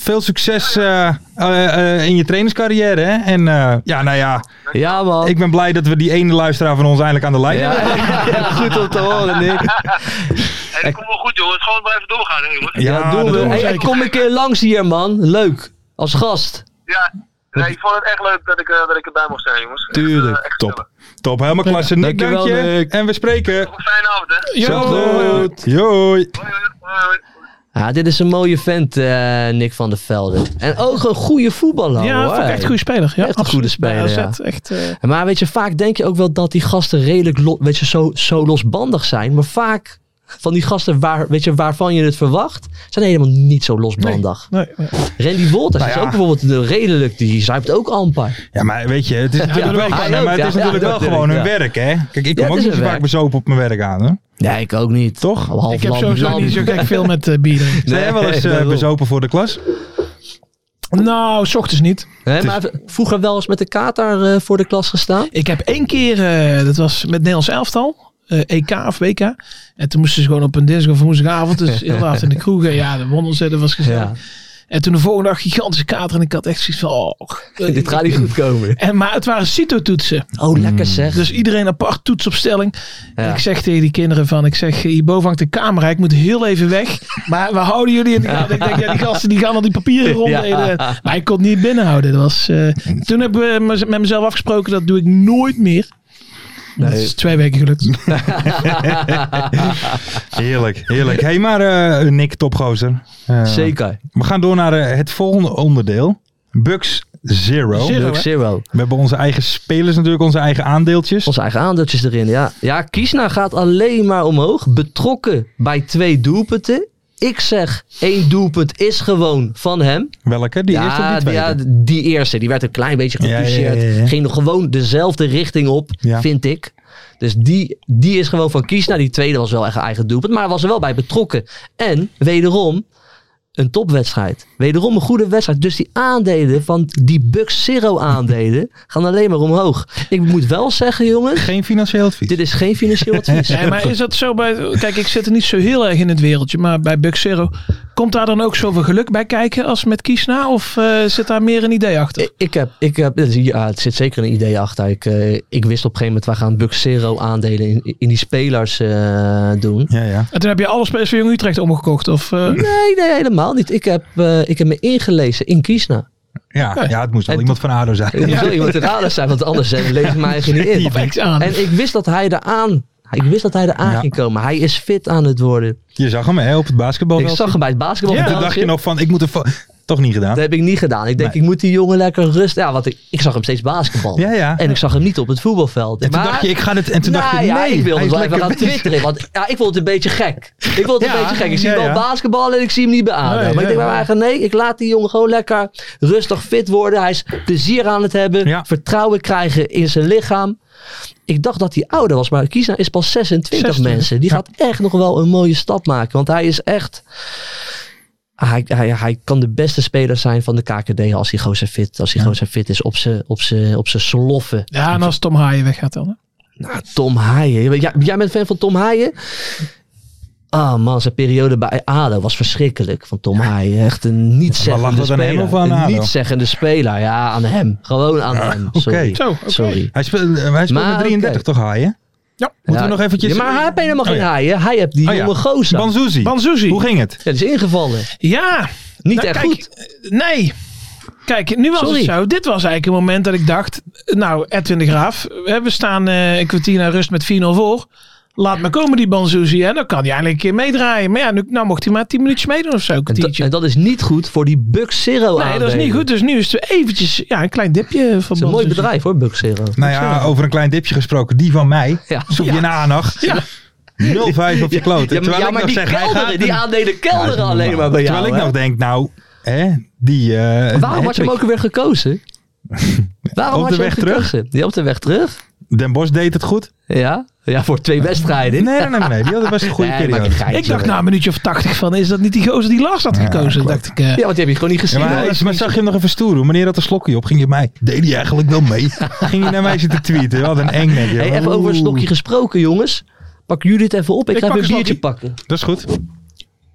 Veel succes in je trainerscarrière. Hè? En Ja, man. ik ben blij dat we die ene luisteraar van ons eindelijk aan de lijn hebben. Ja, goed om te horen, Nick. En dat komt wel goed, jongens. Gewoon blijven doorgaan, hè, jongens. Ja, doen we. Hey, zeker. kom een keer langs hier, man. Leuk. Als gast. Ja. Nee, ik vond het echt leuk dat ik erbij mocht zijn, jongens. Tuurlijk. Echt Top. gezellig. Top, helemaal klasse. Nick, dank Dankjewel, je. Nick. En we spreken. Nog een fijne avond, hè. Yo. Goed. Joi. Hoi, hoi. Ja, dit is een mooie vent, Nick van der Velde. En ook een goede voetballer, Ja, hoor. vond ik echt een goede speler. Ja, Echt een goede speler, Bij AZ, ja. echt, Maar weet je, vaak denk je ook wel dat die gasten redelijk zo losbandig zijn. Maar vaak van die gasten waarvan je het verwacht, zijn helemaal niet zo losbandig. nee. Randy Wolters Nou is ja. ook bijvoorbeeld redelijk, die zuipt ook amper. Ja, maar weet je, het is natuurlijk wel, hij nee, ook, maar het is ja, natuurlijk ja, wel natuurlijk, gewoon hun ja. werk, hè? Kijk, ik Ja, kom ook het is niet zo hun vaak werk. bezopen op mijn werk aan, hè? Ja, ik ook niet. Toch? Half Ik heb lam, sowieso lam. niet zo gek veel met bier drinken. Zijn jij wel eens daarom. bezopen voor de klas? Nou, 's ochtends niet. Nee, maar vroeger wel eens met de kater voor de klas gestaan. Ik heb 1 keer, dat was met Nederlands elftal, EK of WK. En toen moesten ze gewoon op een dinsdag of woensdagavond, dus heel laat in de kroeg. En ja, de wonnen ze, dat was gezellig. Ja. En toen de volgende dag gigantische kater en ik had echt zoiets van, Dit gaat niet goed komen. Maar het waren CITO-toetsen. Oh, lekker zeg. Dus iedereen apart toetsopstelling. Ja. En ik zeg tegen die kinderen van, hierboven hangt de camera, ik moet heel even weg. Maar we houden jullie in de gaten. Ik denk, die gasten die gaan al die papieren ronddelen. Ja. Maar ik kon het niet binnenhouden. Dat was, toen hebben we met mezelf afgesproken, dat doe ik nooit meer. Dat is 2 weken gelukt. Heerlijk, heerlijk. Hé, maar Nick, topgozer. Zeker. We gaan door naar het volgende onderdeel. Bucks Zero. Zero. Leuk Zero. We hebben onze eigen spelers natuurlijk, onze eigen aandeeltjes. Onze eigen aandeeltjes erin, ja. Ja, Kiesna gaat alleen maar omhoog. Betrokken bij 2 doelpunten. Ik zeg, 1 doelpunt is gewoon van hem. Welke? Die eerste of die tweede? die eerste. Die werd een klein beetje getoucheerd. Ja. Ging nog gewoon dezelfde richting op, Ja. vind ik. Dus die is gewoon van Kiesna. Die tweede was wel echt een eigen doelpunt. Maar was er wel bij betrokken. En wederom een topwedstrijd. Wederom een goede wedstrijd. Dus die aandelen van die Bucks Zero aandelen gaan alleen maar omhoog. Ik moet wel zeggen, jongens. Geen financieel advies. Dit is geen financieel advies. Nee, maar is dat zo bij... Kijk, ik zit er niet zo heel erg in het wereldje. Maar bij Bucks Zero, komt daar dan ook zoveel geluk bij kijken als met Kiesna? Of zit daar meer een idee achter? Het zit zeker een idee achter. Ik wist op een gegeven moment, wij gaan Bucks Zero aandelen in die spelers doen. Ja. En toen heb je alle spelers van Jong Utrecht omgekocht? Of, Nee, helemaal niet. Ik heb me ingelezen in Kiesna. Ja, het moest wel En iemand van ADO zijn. Er moet wel iemand in ADO zijn, want anders lees ik mij eigenlijk niet in. of ex aan. En ik wist dat hij eraan Ja. ging komen. Hij is fit aan het worden. Je zag hem hè, op het basketbal. Ik zag hem bij het basketbal. Ja, Toen dacht je nog van, ik moet er toch niet gedaan. Dat heb ik niet gedaan. Ik denk, Nee. ik moet die jongen lekker rusten. Ja, want ik zag hem steeds basketbal. Ja. En ik zag hem niet op het voetbalveld. En toen dacht je, ik ga het... En toen dacht je, nee, ik wilde hij is wel even lekker gaan bezig. twitteren. Want ja, ik vond het een beetje gek. Ik vond het een Ja, beetje gek. Ik zie ja, wel ja. basketballen en ik zie hem niet bij ADO. Nee, maar ik denk bij ja. mij eigen, nee, ik laat die jongen gewoon lekker rustig fit worden. Hij is plezier aan het hebben. Ja. Vertrouwen krijgen in zijn lichaam. Ik dacht dat hij ouder was, maar Kiesna is pas 26 26, mensen. Die ja. gaat echt nog wel een mooie stap maken. Want hij is echt... Hij kan de beste speler zijn van de KKD als hij gewoon zo fit is op zijn sloffen. Ja, en als Tom Haaien weggaat dan. Hè? Nou, Tom Haaien. Jij bent fan van Tom Haaien? Ah man, zijn periode bij ADO was verschrikkelijk van Tom Haaien. Echt een niet-zeggende lag dat aan hem speler. of aan Een ADO? niet-zeggende speler. Ja, aan hem. Gewoon aan hem. Sorry. oké. Zo, oké. Sorry. Hij speelt Maar, met 33 toch, Haaien? Ja. Moeten we nog eventjes... Ja, maar hij heeft helemaal geen Oh ja. Haaien. Hij heeft die Oh ja. jonge gozer. Banzuzi. Banzuzi. Hoe ging het? Ja, die is ingevallen. Ja. Niet Nou, echt kijk, goed. Nee. Kijk, nu was Sorry. het zo. Dit was eigenlijk een moment dat ik dacht... Nou, Edwin de Graaf. We staan een kwartier naar rust met 4-0 voor. Laat maar komen die Banzuzi. En dan kan hij eindelijk een keer meedraaien. Maar ja, nou mocht hij maar 10 minuutjes meedoen of zo. Een En kwartiertje. dat is niet goed voor die Bucks Zero Nee, dat is niet goed. Dus nu is het eventjes een klein dipje van Het is een mooi Banzuzi. bedrijf hoor, Bucks Zero. Nou ja, over een klein dipje gesproken. Die van mij. Ja. Zoek je na nacht. Ja. 0,5 op je kloten. Terwijl ik maar nog die zeg, hij kelderen, gaat die hem- aandelen Ja, kelderen dat is alleen normaal. maar bij jou. Terwijl ik hè? nog denk, nou, die... Waarom had je hem ook weer gekozen? Waarom Op had de je hem weg terug? gekozen? Ja, op de weg terug. Den Bosch deed het goed. Ja, voor 2 wedstrijden. Nee. Die had best een goede Nee, maak periode. een geintje, Ik dacht hoor. na een minuutje of 80 van... Is dat niet die gozer die Lars had gekozen? klopt. Dacht ik, Ja, want die heb je gewoon niet Ja, gezien. maar, hoor. maar zag je hem nog even stoer doen? Wanneer had een slokje op? Ging je mij? Deed hij eigenlijk wel mee? Ging hij naar mij zitten tweeten? Wat een eng net. joh. Hey, even over een Oeh. slokje gesproken, jongens. Pak jullie het even op. Ik Ik ga pak even een een biertje slokje. pakken. Dat is goed.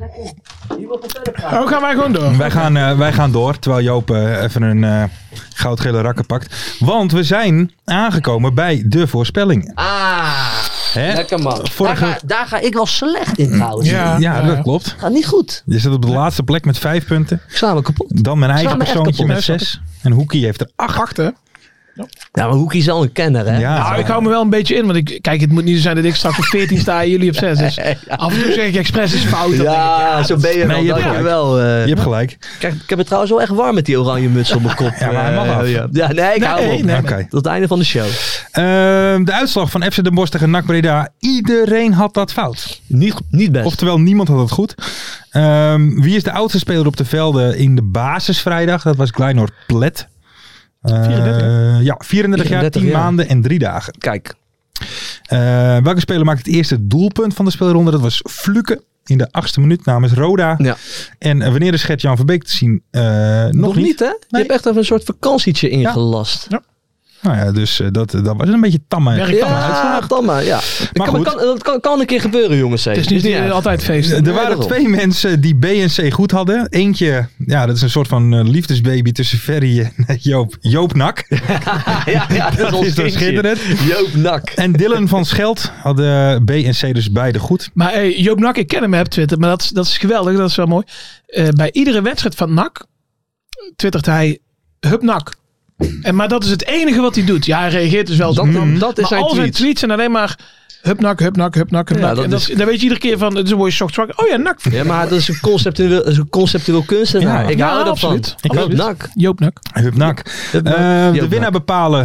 Oh, gaan wij gewoon door. Wij gaan door, terwijl Joop even een goudgele rakker pakt. Want we zijn aangekomen bij de voorspellingen. Hè? Lekker man. Vorige- Daar ga ik wel slecht in trouwens. Ja, dat klopt. Gaat niet goed. Je zit op de laatste plek met 5 punten. Ik sla me kapot. Dan mijn eigen Sla me echt persoontje kapot. met 6. En Hoekie heeft er 8. Achter. Ja, maar Hoekie is al een kenner, hè? Ja. Nou, ik hou me wel een beetje in. Want kijk, het moet niet zo zijn dat ik straks op 14 sta en jullie op 6. Dus af en toe zeg ik expres is fout. Dan denk ik, Zo ben je wel. Nee, je hebt Dankjewel. Je hebt gelijk. Kijk, ik heb het trouwens wel echt warm met die oranje muts op mijn kop. Ja, maar hij mag af. Ja, nee, ik hou op. nee. Oké. Tot het einde van de show. De uitslag van FC Den Bosch tegen NAC Breda. Iedereen had dat fout. Niet best. Oftewel, niemand had het goed. Wie is de oudste speler op de velden in de basis vrijdag? Dat was Gleinor Plet. 34. Ja, 34 jaar, 10 jaar. maanden en 3 dagen. Kijk. Welke speler maakte het eerste doelpunt van de speelronde? Dat was Fluke in de 8e minuut namens Roda. Ja. En wanneer is Gert-Jan Verbeek te zien? Nog niet. hè? Je hebt echt even een soort vakantietje ingelast. Nou ja, dus dat was een beetje tamme Ja, dan maar. Ja. Maar goed. Dat kan een keer gebeuren, jongens. Het is niet erg. altijd feest. Er waren daarom. 2 mensen die B en C goed hadden. Eentje, ja, dat is een soort van liefdesbaby tussen Ferry en Joop Nak. Ja, dat is ons is toch kindje. schitterend. Joop Nak. En Dylan van Scheld hadden B en C dus beide goed. Maar hey, Joop Nak, ik ken hem op Twitter. Maar dat is geweldig. Dat is wel mooi. Bij iedere wedstrijd van NAC twittert hij Hup Nak. Maar dat is het enige wat hij doet. Ja, hij reageert dus wel zo. Dat is Maar zijn al zijn tweet. tweets zijn alleen maar Hup Nak, Hup Nak, Hup Nak, Hup Ja, Nak. dat En is- dan weet je iedere keer van, het is een mooie shock. Oh ja, Nak. Ja, maar dat is een conceptueel kunstenaar. Ja. Ik hou ervan. absoluut. Ik Joop ook. Nak. Joop Nak. Hup Nak. Hup Nak. De Joop winnaar Nak. bepalen.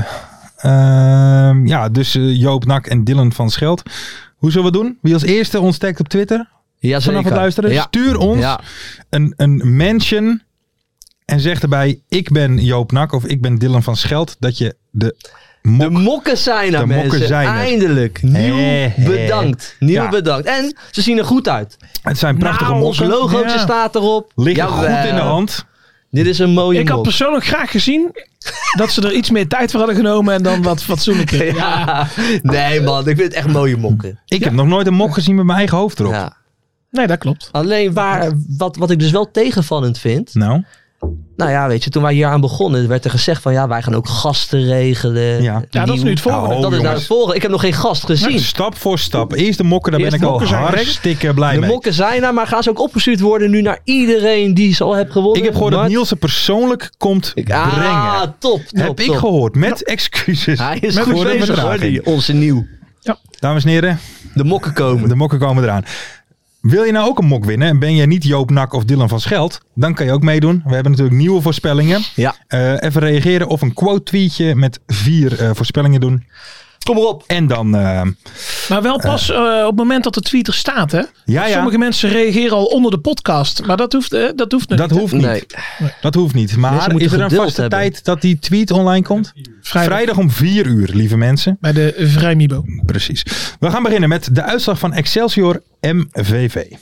Dus Joop Nak en Dylan van Scheld. Hoe zullen we het doen? Wie als eerste ons tagt op Twitter? Ja, Vanaf het zeker. luisteren. Ja. Stuur ons Ja. een mention. En zeg erbij, ik ben Joop Nak of ik ben Dylan van Scheld. Dat je de De mokken zijn er, De mensen. mokken zijn er. Eindelijk. Nieuw bedankt. Nieuw Ja. bedankt. En ze zien er goed uit. Het zijn prachtige Nou, Ons mokken. logootje Ja. staat erop. Liggen Jawel. goed in de hand. Dit is een mooie Ik had mok. persoonlijk graag gezien dat ze er iets meer tijd voor hadden genomen en dan wat fatsoenlijker. Ja. Nee man, ik vind het echt mooie mokken. Ik heb nog nooit een mok gezien met mijn eigen hoofd erop. Ja. Nee, dat klopt. Alleen wat ik dus wel tegenvallend vind. Nou, Nou ja, weet je, toen wij hier aan begonnen, werd er gezegd van ja, wij gaan ook gasten regelen. Ja. Ja, dat is nu het volgende. Oh, Dat is nou jongens. het volgende. Ik heb nog geen gast gezien. stap voor stap. Eerst de mokken, daar Eerst ben ik de al mokken zijn hartstikke blij De mee. mokken zijn er, maar gaan ze ook opgestuurd worden nu naar iedereen die ze al heeft gewonnen? Ik heb gehoord dat Mart? Niels ze persoonlijk komt brengen. Top. Heb ik gehoord. Met excuses. Hij is Met goed voor de bezig hoor, vertraging. onze nieuw. Dames en heren, De mokken komen. de mokken komen eraan. Wil je nou ook een mok winnen en ben je niet Joop Nak of Dylan van Scheld, dan kan je ook meedoen. We hebben natuurlijk nieuwe voorspellingen. Ja. Even reageren of een quote tweetje met 4 voorspellingen doen. Kom erop. En dan... Maar wel pas op het moment dat de tweet er staat, hè? ja. Sommige mensen reageren al onder de podcast. Maar dat hoeft nog Dat niet. hoeft niet. Nee. Dat hoeft niet. Maar Mensen moeten is er een geduld vaste hebben. tijd dat die tweet online komt? Vrijdag om 4 uur, lieve mensen. Bij de Vrijmibo. Precies. We gaan beginnen met de uitslag van Excelsior MVV. 1-0.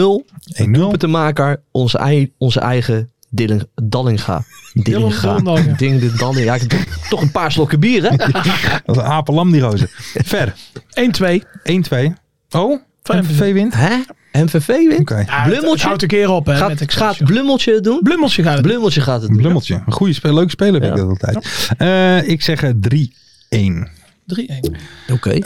1-0. Te maken onze eigen Dallinga. Dallinga. Dallinga. Ja, ik heb toch een paar slokken bier, hè? Dat is een apenlam die gozer. Ver. 1-2. 1-2. Oh, Van MVV wint? Hè? MVV wint? Oké. Ja, Blummeltje? het houdt een keer op, hè? met Gaat Excelsior. Blummeltje het doen? Blummeltje gaat het. Blummeltje gaat het doen. Blummeltje. Een goede speler, leuke speler vind ik dat altijd. Ik zeg 3-1. 3-1. Oké.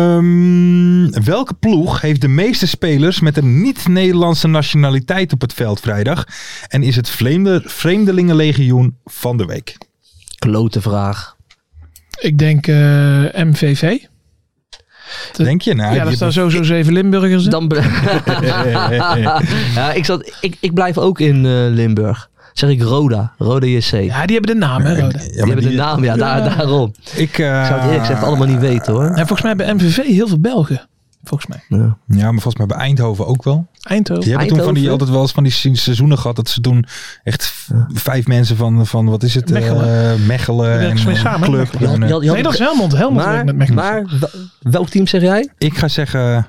Welke ploeg heeft de meeste spelers met een niet-Nederlandse nationaliteit op het veld vrijdag? En is het Vreemdelingenlegioen van de week? Klote vraag. Ik denk MVV. Denk je? Nou, Ja, daar die staan sowieso 7 Limburgers in. Dan ja, ik blijf ook in Limburg. Zeg ik Roda. Roda JC. Die Ja, die hebben de naam, hè, Roda. Ja, maar hebben de naam, ja, daarom. Ik Ik zou het eerlijk gezegd allemaal niet weten hoor. En volgens mij bij MVV heel veel Belgen. Volgens mij. Ja. Ja, maar volgens mij bij Eindhoven ook wel. Eindhoven. Die hebben toen van die Eindhoven? altijd wel eens van die seizoenen gehad dat ze toen echt 5 mensen van wat is het? Mechelen. Mechelen werken en ze mee samen, Club. Mechelen. En, Nee, dat is Helmond. Helmond werkt met Mechelen. maar welk team zeg jij? ik ga zeggen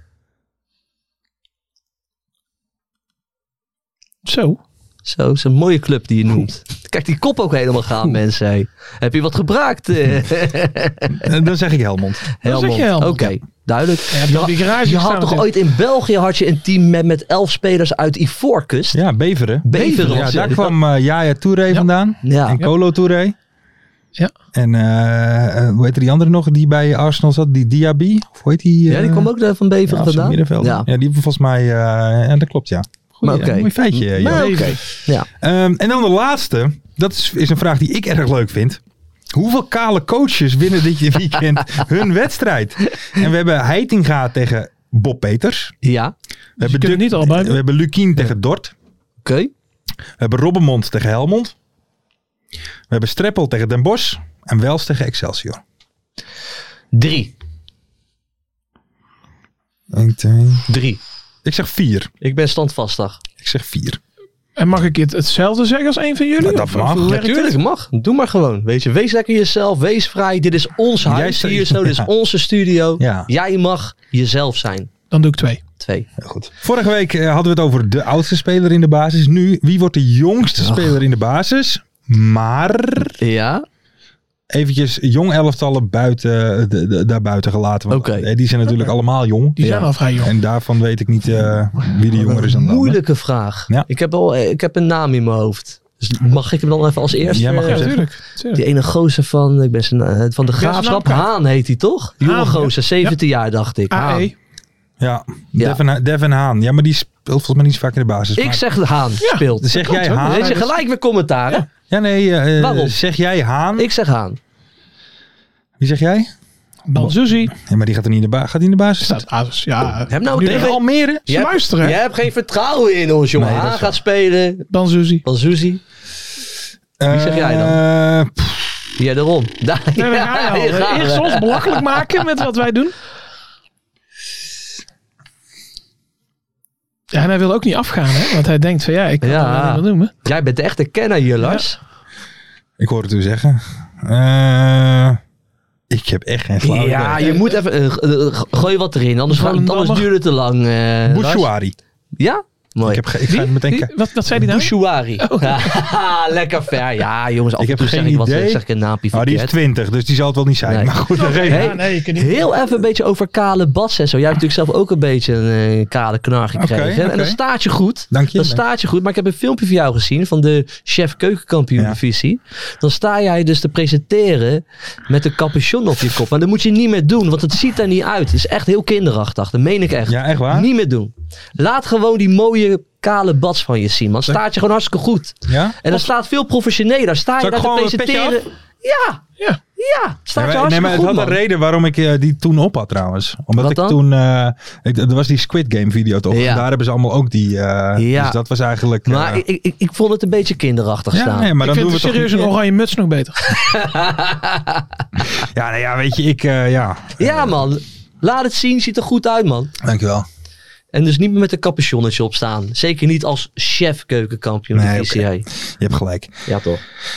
Zo. Zo, is een mooie club die je noemt. Kijk, die kop ook helemaal gaan, mensen. Hey. Heb je wat gebraakt? dan zeg ik Helmond. Helmond. zeg je Helmond. Oké. duidelijk. Je hebt al die garage Je had gestaan toch natuurlijk. ooit in België had je een team met 11 spelers uit Ivoorkust? Ja, Beveren. Beveren Ja, was daar het. kwam Yaya Touré vandaan. Ja. En Kolo Touré. Ja. En hoe heet die andere nog die bij Arsenal zat? Die Diaby? Of hoe heet die? Ja, die kwam ook van Beveren ja, vandaan. middenveld. Ja, die hebben volgens mij... ja, dat klopt, ja. Maar Goeie, oké. mooi feitje, Jan. Maar oké. Ja. En dan de laatste. Dat is een vraag die ik erg leuk vind. Hoeveel kale coaches winnen dit weekend hun wedstrijd? En we hebben Heitinga tegen Bob Peters. Ja, We kunnen het niet allebei doen. We hebben Lukien tegen Dort. oké. We hebben Robbenmond tegen Helmond. We hebben Streppel tegen Den Bosch. En Wels tegen Excelsior. 3. 1, 2. 3. Ik zeg 4. Ik ben standvastig. Ik zeg 4. En mag ik hetzelfde zeggen als een van jullie? Nou, dat Of mag. hoe werkt het? Natuurlijk, mag. Doe maar gewoon. Weet je, wees lekker jezelf. Wees vrij. Dit is ons huis Jij- hier zo. Dit is Ja. onze studio. Ja. Jij mag jezelf zijn. Dan doe ik 2. 2. Heel goed. Vorige week hadden we het over de oudste speler in de basis. Nu, wie wordt de jongste speler in de basis? Maar Ja? eventjes jong elftallen buiten, daarbuiten gelaten. Want, Oké. die zijn natuurlijk allemaal jong. Die zijn al vrij jong. En daarvan weet ik niet wie de jonger is dan de ander. Moeilijke vraag. Ja. Ik heb een naam in mijn hoofd. Dus mag ik hem dan even als eerste? Jij mag Ja, hem zeggen. natuurlijk. Die ene gozer van, van de Graafschap. naam kwijt. Haan heet hij toch? Jonge Haan, gozer, 17 jaar dacht ik. Haan. AE. Ja, Ja. Devin Haan. Ja, maar die speelt volgens mij niet zo vaak in de basis. Ik Maar- zeg Haan speelt. Zeg jij ook. Haan? Weet je gelijk weer commentaren? Ja, nee. Waarom? Zeg jij Haan? Ik zeg Haan. Wie zeg jij? Banzuzi. Ja, maar die gaat er niet in de, gaat die in de basis Staat staan. basis. Ja. Heb nou Nu tegen tegen Almere? Ze luisteren, hè? Je hebt geen vertrouwen in ons, jongen. Nee, dat Haan is gaat spelen. Banzuzi. Van Suzy. Wie zeg jij dan? Ja, daarom. Daar, Nee, daar ga je al. hier gaan Eerst we. ons belachelijk maken met wat wij doen. Ja, en hij wil ook niet afgaan, hè? Want hij denkt van ja, ik kan Ja. het wel niet meer noemen. Jij bent echt een kenner hier, Lars. Ik hoor het u zeggen. Ik heb echt geen flauw Ja, idee. je moet even... gooi wat erin, anders Volendammer. duurt het te lang. Lars. Bouchouari. Ja? Mooi. Ik ga het meteen kijken. Wat zei hij nou? Bouchouari. Lekker ver. Ja, jongens, af Ik en heb toe geen zeg ik wat, idee. zeg ik een naampje Maar die is verkeerd. 20, dus die zal het wel niet zijn. Nee. Maar goed, dan Hey, Ja, nee, je kunt niet. Heel even een beetje over kale Bats en zo. Jij hebt natuurlijk zelf ook een beetje een kale knar gekregen. Oké, En oké. dat staat je goed. Dank je. Dat staat je goed. Maar ik heb een filmpje van jou gezien van de chef keukenkampioen divisie. Dan sta jij dus te presenteren met een capuchon op je kop. Maar dat moet je niet meer doen, want het ziet er niet uit. Het is echt heel kinderachtig. Dat meen ik echt. Ja, echt waar? Niet meer doen. Laat gewoon die mooie kale Bats van je zien. Man, staat je gewoon hartstikke goed. Ja? En dan staat veel professioneler. Daar sta je Zal ik daar te gewoon een petje presenteren. Ja. Ja. Ja. Staat je Nee, hartstikke maar het goed, had man. een reden waarom ik die toen op had trouwens. Omdat Wat ik dan? toen... er was die Squid Game video toch? Ja. En daar hebben ze allemaal ook die... Dus dat was eigenlijk... Maar ik vond het een beetje kinderachtig ja, staan. nee, maar Ik dan vind doen we serieus toch... een oranje muts nog beter. Ja, nou ja, weet je, ja. Ja, man. Laat het zien. Ziet er goed uit, man. Dankjewel. En dus niet meer met een capuchonnetje op staan. Zeker niet als chef keukenkampioen Nee, divisie. oké. Hey. Je hebt gelijk. Ja, toch?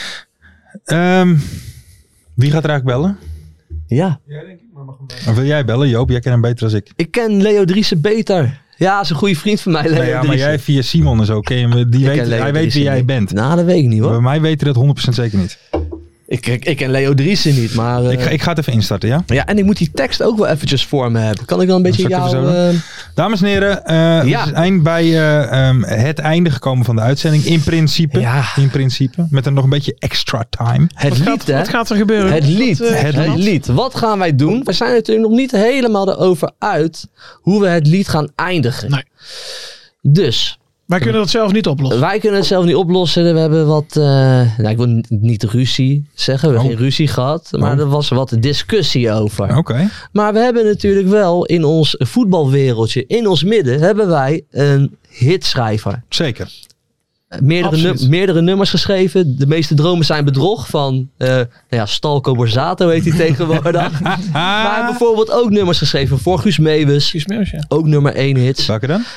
Wie gaat er eigenlijk bellen? Ja. Of wil jij bellen, Joop? Jij kent hem beter dan ik. Ik ken Leo Driessen beter. Ja, is een goede vriend van mij, Leo Nou ja, maar Driessen. jij via Simon en zo ken je hem. Ik ken Leo Hij weet wie Driessen jij niet. bent. Nou, dat weet ik niet, hoor. Bij mij weten dat 100% zeker niet. Ik ken Leo Driessen niet, maar... Ik ga het even instarten, ja? Ja, en ik moet die tekst ook wel eventjes voor me hebben. Kan ik dan een beetje Zal ik even jou... zo Dames en heren, we zijn bij het einde gekomen van de uitzending. In principe. Ja. In principe. Met nog een beetje extra time. het lied, hè? Wat gaat er gebeuren? Het lied. Wat, Het lied. Wat gaan wij doen? We zijn natuurlijk nog niet helemaal erover uit hoe we het lied gaan eindigen. Nee. Dus, Wij kunnen dat zelf niet oplossen. wij kunnen het zelf niet oplossen. We hebben wat, nou, ik wil niet ruzie zeggen. We hebben geen ruzie gehad. Maar er was wat discussie over. Oké. Maar we hebben natuurlijk wel in ons voetbalwereldje, in ons midden, hebben wij een hitschrijver. Zeker. Absoluut. Meerdere nummers geschreven. De meeste dromen zijn bedrog van Stalco Borsato heet hij tegenwoordig. Maar hij heeft bijvoorbeeld ook nummers geschreven voor Guus Meeuwis. Guus Meeuwis, ja. Ook nummer 1 hits. Welke dan?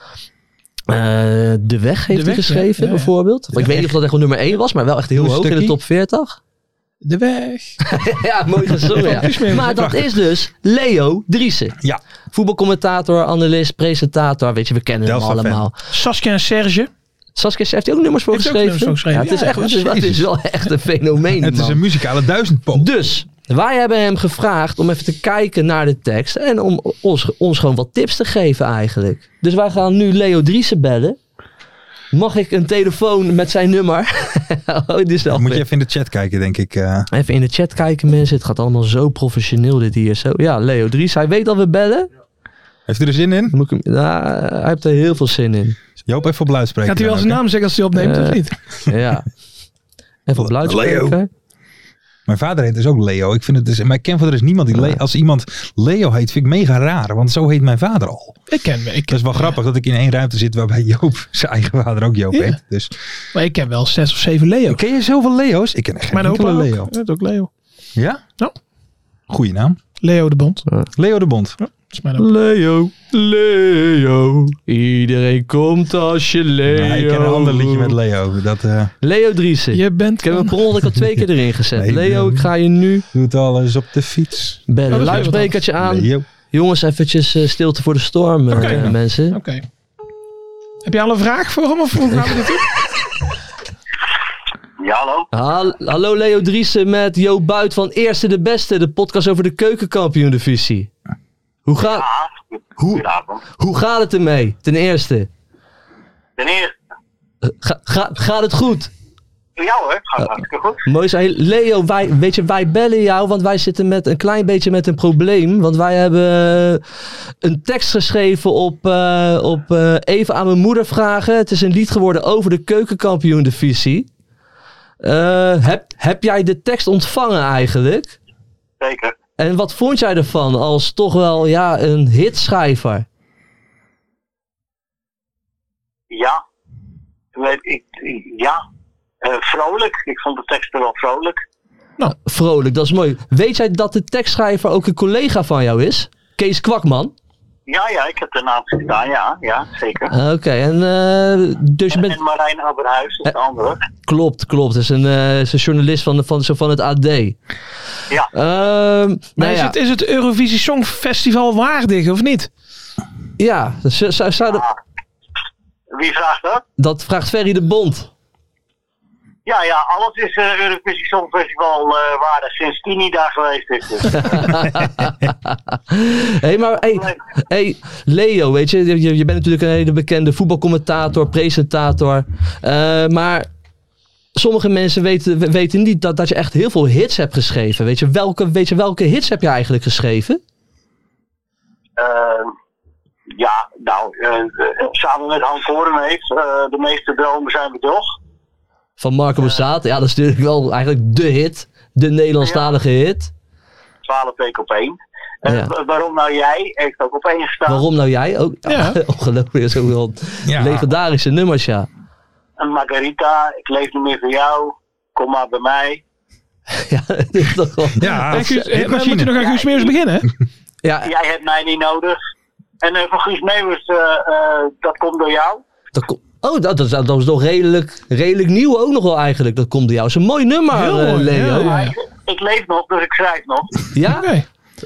De Weg heeft De hij Weg, geschreven ja. bijvoorbeeld. Ik weet niet of dat echt wel nummer 1 was, maar wel echt heel Hoe hoog in de stukkie? top 40. De weg. Ja, mooi gezongen. Ja. Guus Meeuwis, Maar dat prachtig. is dus Leo Driessen. Ja. Voetbalcommentator, analist, presentator. Weet je, we kennen hem Telstar-fan. allemaal. Saskia en Serge. Saskia heeft hij ook nummers voor Heeft ook geschreven. nummers voor geschreven. Ja, het is Ja, echt, ja, het is wel echt een fenomeen, Het is man. een muzikale duizendpoot. Dus, Wij hebben hem gevraagd om even te kijken naar de tekst en om ons gewoon wat tips te geven eigenlijk. Dus wij gaan nu Leo Driessen bellen. Mag ik een telefoon met zijn nummer? Moet je even in de chat kijken, denk ik. Even in de chat kijken, mensen. Het gaat allemaal zo professioneel dit hier. Zo. Ja, Leo Driessen, hij weet dat we bellen. Heeft hij er zin in? Hij heeft er heel veel zin in. Joop, even op luidspreker. Gaat hij wel zijn naam zeggen als hij opneemt of niet? Ja. Even op luidspreker. Leo. Mijn vader heet dus ook Leo. Ik vind het dus, maar ik ken voor er is niemand die als iemand Leo heet, vind ik mega raar. Want zo heet mijn vader al. Ik ken dat is wel grappig dat ik in één ruimte zit waarbij Joop zijn eigen vader ook Joop heet. Dus. Maar ik ken wel 6 of 7 Leo's. Ken je zoveel Leo's? Ik ken geen enkele Leo. Ja, ook Leo. Ja? Ja. Goeie naam. Leo de Bond. Leo de Bond. Ja, dat is mijn naam. Leo. Iedereen komt als je Leo. Nou, ik ken een ander liedje met Leo. Leo Driessen. Je bent... Ik heb hem per ongeluk al 2 keer erin gezet. Nee, Leo, ik ga je nu... Doet alles op de fiets. Bellen. Luidsprekertje aan. Leo. Jongens, eventjes stilte voor de storm, mensen. Oké. Heb je al een vraag voor hem of hoe gaan we dit doen? Ja, hallo. Hallo Leo Driessen met Joop Buit van Eerste de Beste, de podcast over de keukenkampioen-divisie. Hoe gaat het ermee, ten eerste? Gaat het goed? Ja hoor, gaat hartstikke goed. Mooi zo. Hey, Leo, wij bellen jou, want wij zitten met een klein beetje met een probleem. Want wij hebben een tekst geschreven op Even aan mijn moeder vragen. Het is een lied geworden over de keukenkampioen-divisie. Heb jij de tekst ontvangen eigenlijk? Zeker. En wat vond jij ervan als toch wel een hitschrijver? Ja. Vrolijk. Ik vond de tekst wel vrolijk. Nou, vrolijk, dat is mooi. Weet jij dat de tekstschrijver ook een collega van jou is? Kees Kwakman? Ja, ik heb de naam gedaan, ja, zeker. Oké, en dus je bent... En Marijn Aberhuis is de andere. Klopt. Het is een journalist van het AD. Ja. Maar is het Eurovisie Songfestival waardig of niet? Ja, Wie vraagt dat? Dat vraagt Ferry de Bond. Ja, alles is Eurovisie Songfestival waardig sinds Tini daar geweest is. Dus. Hey, Leo, weet je bent natuurlijk een hele bekende voetbalcommentator, presentator. Maar sommige mensen weten niet dat je echt heel veel hits hebt geschreven. Weet je welke hits heb je eigenlijk geschreven? Samen met Han Korenheet, De meeste dromen zijn bedrog. Van Marco Borsato. Ja, dat is natuurlijk wel eigenlijk de hit. De Nederlandstalige hit. 12 weken op 1. Waarom nou jij? Heeft ook op 1 gestaan. Waarom nou jij? Ook ongelooflijk. Zo wel legendarische nummers, ja. En Margarita, ik leef niet meer voor jou. Kom maar bij mij. Ja, dat is toch wel... Ja, we moeten nog aan Guus Meeuwis beginnen. Ja. Jij hebt mij niet nodig. En van Guus Meeuwis, dat komt door jou. Dat was nog redelijk nieuw ook nog wel eigenlijk. Dat komt door jou. Dat is een mooi nummer, Leo. Ja. Ik leef nog, dus ik schrijf nog. Ja? Okay.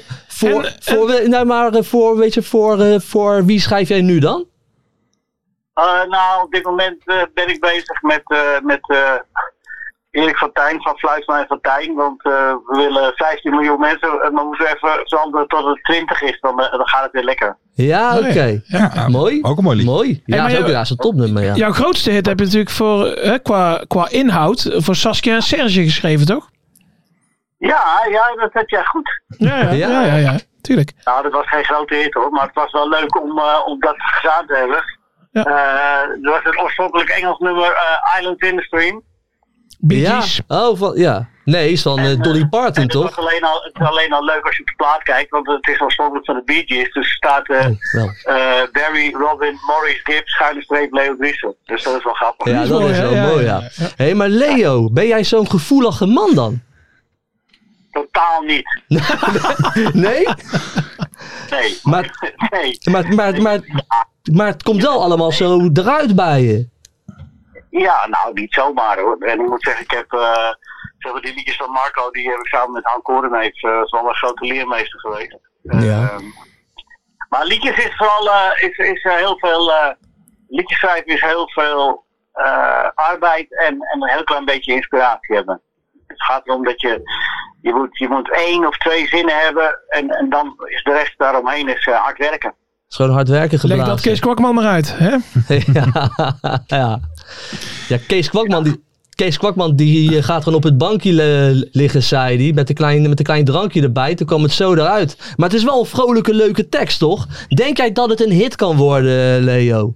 Voor wie schrijf jij nu dan? Op dit moment ben ik bezig met Erik van Tijn van Fluitsma en van Tijn. Want we willen 15 miljoen mensen. En dan moeten we even veranderen tot het 20 is. Dan gaat het weer lekker. Ja, oké. Ja. Mooi. Ook een mooi lied. Mooi. Ja, dat is een topnummer. Ja. Jouw grootste hit heb je natuurlijk qua inhoud voor Saskia en Serge geschreven, toch? Ja, dat heb jij goed. Ja, tuurlijk. Nou, dat was geen grote hit hoor. Maar het was wel leuk om dat gedaan te hebben. Ja. Dat was het oorspronkelijk Engels nummer Island in the Stream. Bee Gees. Ja. Nee, is van Dolly Parton, toch? Het is alleen al leuk als je op de plaat kijkt, want het is oorspronkelijk van de Bee Gees. Dus er staat Barry, Robin, Maurice Gibbs, / Leo Driessen. Dus dat is wel grappig. Ja, dat is wel mooi, ja. Hé, maar Leo, ben jij zo'n gevoelige man dan? Totaal niet. Nee? Nee. Maar het komt wel allemaal zo eruit bij je. Ja, nou niet zomaar hoor. En ik moet zeggen, ik heb die liedjes van Marco, die heb ik samen met Han Korenheet, dat is wel een grote leermeester geweest. Maar liedjes is vooral, is heel veel, liedjes schrijven is heel veel arbeid en een heel klein beetje inspiratie hebben. Het gaat erom dat je moet 1 of 2 zinnen hebben en dan is de rest daaromheen hard werken. Het is gewoon hard werken geblazen. Leg dat Kees Kwakman maar uit, hè? ja, Kees Kwakman die gaat gewoon op het bankje liggen, zei hij. Met een klein drankje erbij. Toen kwam het zo eruit. Maar het is wel een vrolijke, leuke tekst, toch? Denk jij dat het een hit kan worden, Leo?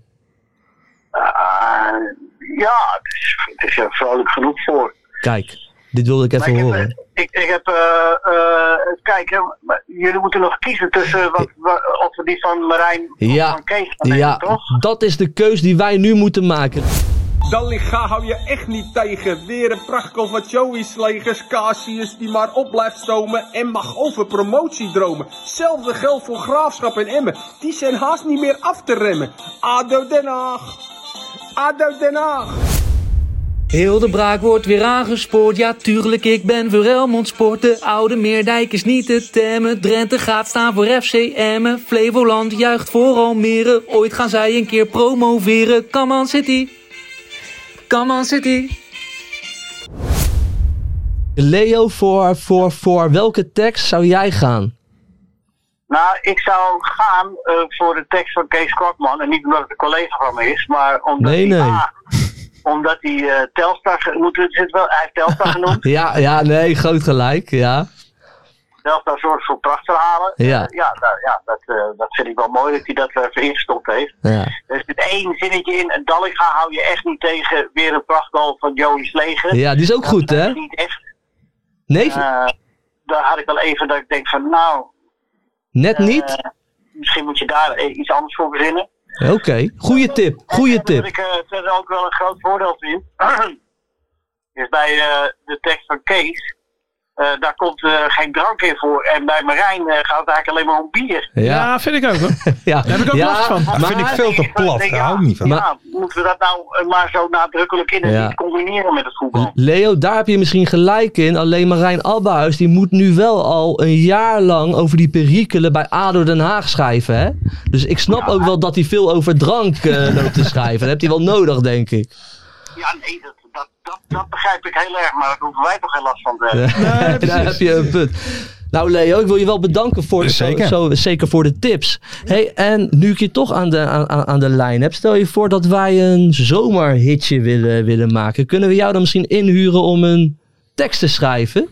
Ja, het is er vrolijk genoeg voor. Kijk, dit wilde ik even horen. Kijk, jullie moeten nog kiezen tussen of we die van Marijn of van Kees gaan nemen, toch? Dat is de keus die wij nu moeten maken. Dallinga hou je echt niet tegen. Weer een prachtkel van Joey's legers. Casius die maar op blijft stomen en mag over promotie dromen. Hetzelfde geldt voor Graafschap en Emmen. Die zijn haast niet meer af te remmen. ADO Den Haag. ADO Den Haag. Heel de Braak wordt weer aangespoord. Ja, tuurlijk, ik ben voor Helmond Sport. De oude Meerdijk is niet te temmen. Drenthe gaat staan voor FC Emmen. Flevoland juicht voor Almere. Ooit gaan zij een keer promoveren. Come on City. Come on City. Leo, voor welke tekst zou jij gaan? Nou, ik zou gaan voor de tekst van Kees Kwakman. En niet omdat het een collega van me is, maar omdat omdat hij Telstar... hij heeft Telstar genoemd. Groot gelijk, ja. Telstar zorgt voor prachtverhalen. Ja. Dat vind ik wel mooi dat hij dat even ingestopt heeft. Ja. Er zit 1 zinnetje in. En Dallinga hou je echt niet tegen. Weer een prachtgoal van Joey's leger. Ja, die is ook goed, hè? Niet echt. Nee? Daar had ik wel even dat ik denk van net niet? Misschien moet je daar iets anders voor verzinnen. Oké, goeie tip. Wat ik verder ook wel een groot voordeel vind, is bij de tekst van Kees, daar komt geen drank in voor. En bij Marijn gaat het eigenlijk alleen maar om bier. Ja, vind ik ook hoor. Ja. Daar heb ik ook last van. Dat vind ik veel te plat, daar hou ik niet van. Moeten we dat nou maar zo nadrukkelijk in en niet combineren met het voetbal? Leo, daar heb je misschien gelijk in. Alleen Marijn Abbehuis, die moet nu wel al een jaar lang over die perikelen bij ADO Den Haag schrijven. Hè? Dus ik snap ook wel dat hij veel over drank loopt te schrijven. Dat heeft hij wel nodig, denk ik. Ja, nee, dat begrijp ik heel erg, maar daar hoeven wij toch geen last van te hebben. Nee, daar heb je een punt. Nou Leo, ik wil je wel bedanken voor zeker voor de tips. Hey, en nu ik je toch aan de lijn heb, stel je voor dat wij een zomerhitje willen maken. Kunnen we jou dan misschien inhuren om een tekst te schrijven?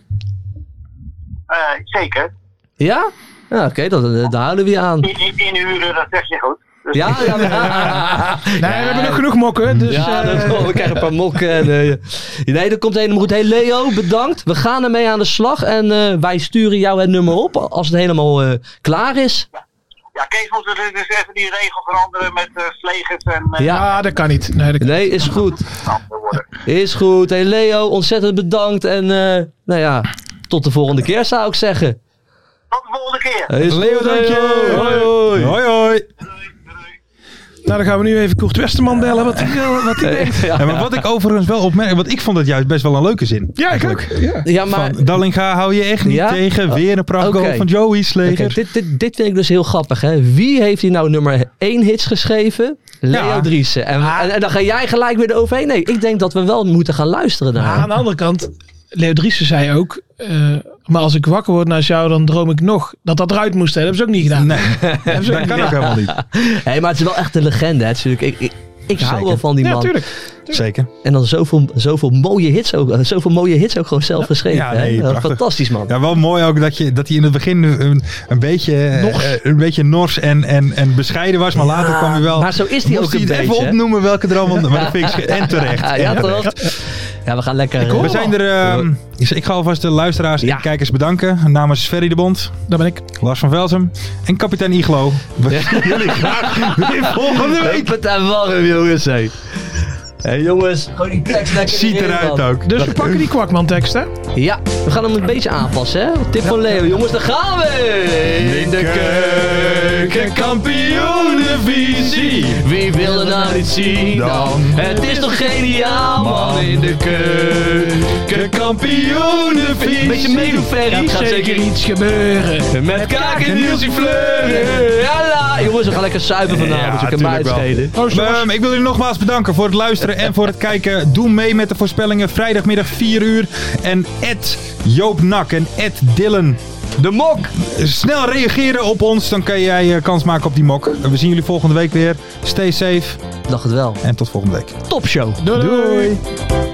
Zeker. Ja? Ja, oké, daar houden we je aan. Inhuren, dat zeg je goed. Dus ja. Nee, we hebben nog genoeg mokken. Dus, we krijgen een paar mokken. Nee, dat komt helemaal goed. Hey Leo, bedankt. We gaan ermee aan de slag. En wij sturen jou het nummer op als het helemaal klaar is. Ja, Kees moet dus even die regel veranderen met slegers en... Ja, dat kan niet. Nee, is goed. Is goed. Hey Leo, ontzettend bedankt. En tot de volgende keer zou ik zeggen. Tot de volgende keer. Leo, dank je. Hoi. Hoi, hoi. Nou, dan gaan we nu even Koert Westerman bellen wat hij denkt. Ja, maar wat ik overigens wel opmerk, want ik vond het juist best wel een leuke zin. Ja, ik ook. Ja, maar... Van Dallinga hou je echt niet tegen. Weer een prachtgoal van Joey's leger. Dit vind ik dus heel grappig. Hè? Wie heeft hier nou nummer 1 hits geschreven? Leo Driessen. En dan ga jij gelijk weer eroverheen. Nee, ik denk dat we wel moeten gaan luisteren naar. Aan de andere kant, Leo Driessen zei ook... maar als ik wakker word naast jou, dan droom ik nog dat eruit moest. Dat hebben ze ook niet gedaan. Nee, dat kan ook helemaal niet. Hey, maar het is wel echt een legende. Hè? Ik hou wel van die man. Ja, tuurlijk. Zeker. En dan zoveel mooie hits ook gewoon zelf geschreven. Ja, nee, fantastisch man. Ja, wel mooi ook dat hij in het begin een beetje nors en bescheiden was. Maar later kwam hij wel... Maar zo is hij ook een beetje. Even opnoemen welke er allemaal... Maar dat vind ik en terecht. Ja, toch? Ja, we gaan lekker... We zijn er... ik ga alvast de luisteraars en kijkers bedanken. Namens Ferry de Bond. Dat ben ik. Lars van Velsen. En kapitein Iglo. Jullie graag weer volgende week. Kapitein warm, jongens. Hey jongens, gewoon die tekst lekker. Ziet eruit ook. Dus we pakken die Kwakman tekst, hè? Ja, we gaan hem een beetje aanpassen, hè? Tip van Leo, jongens, daar gaan we! In de keuken. Keukenkampioenenvisie. Wie wil er nou niet zien dan? Het is toch geniaal, man, in de Keukenkampioenenvisie. Beetje meedoen, Ferry. Er gaat zeker iets gebeuren. Met Kaak en Nielsie Fleuren. Jalla. Jongens, we gaan lekker zuipen vanavond. Dus ik kan mij uitschelen. Ik wil jullie nogmaals bedanken voor het luisteren en voor het kijken. Doe mee met de voorspellingen. Vrijdagmiddag 4 uur. En @Joop Nak en @Dylan de Mok. Snel reageren op ons. Dan kan jij kans maken op die mok. We zien jullie volgende week weer. Stay safe. Dacht het wel. En tot volgende week. Topshow. Doei.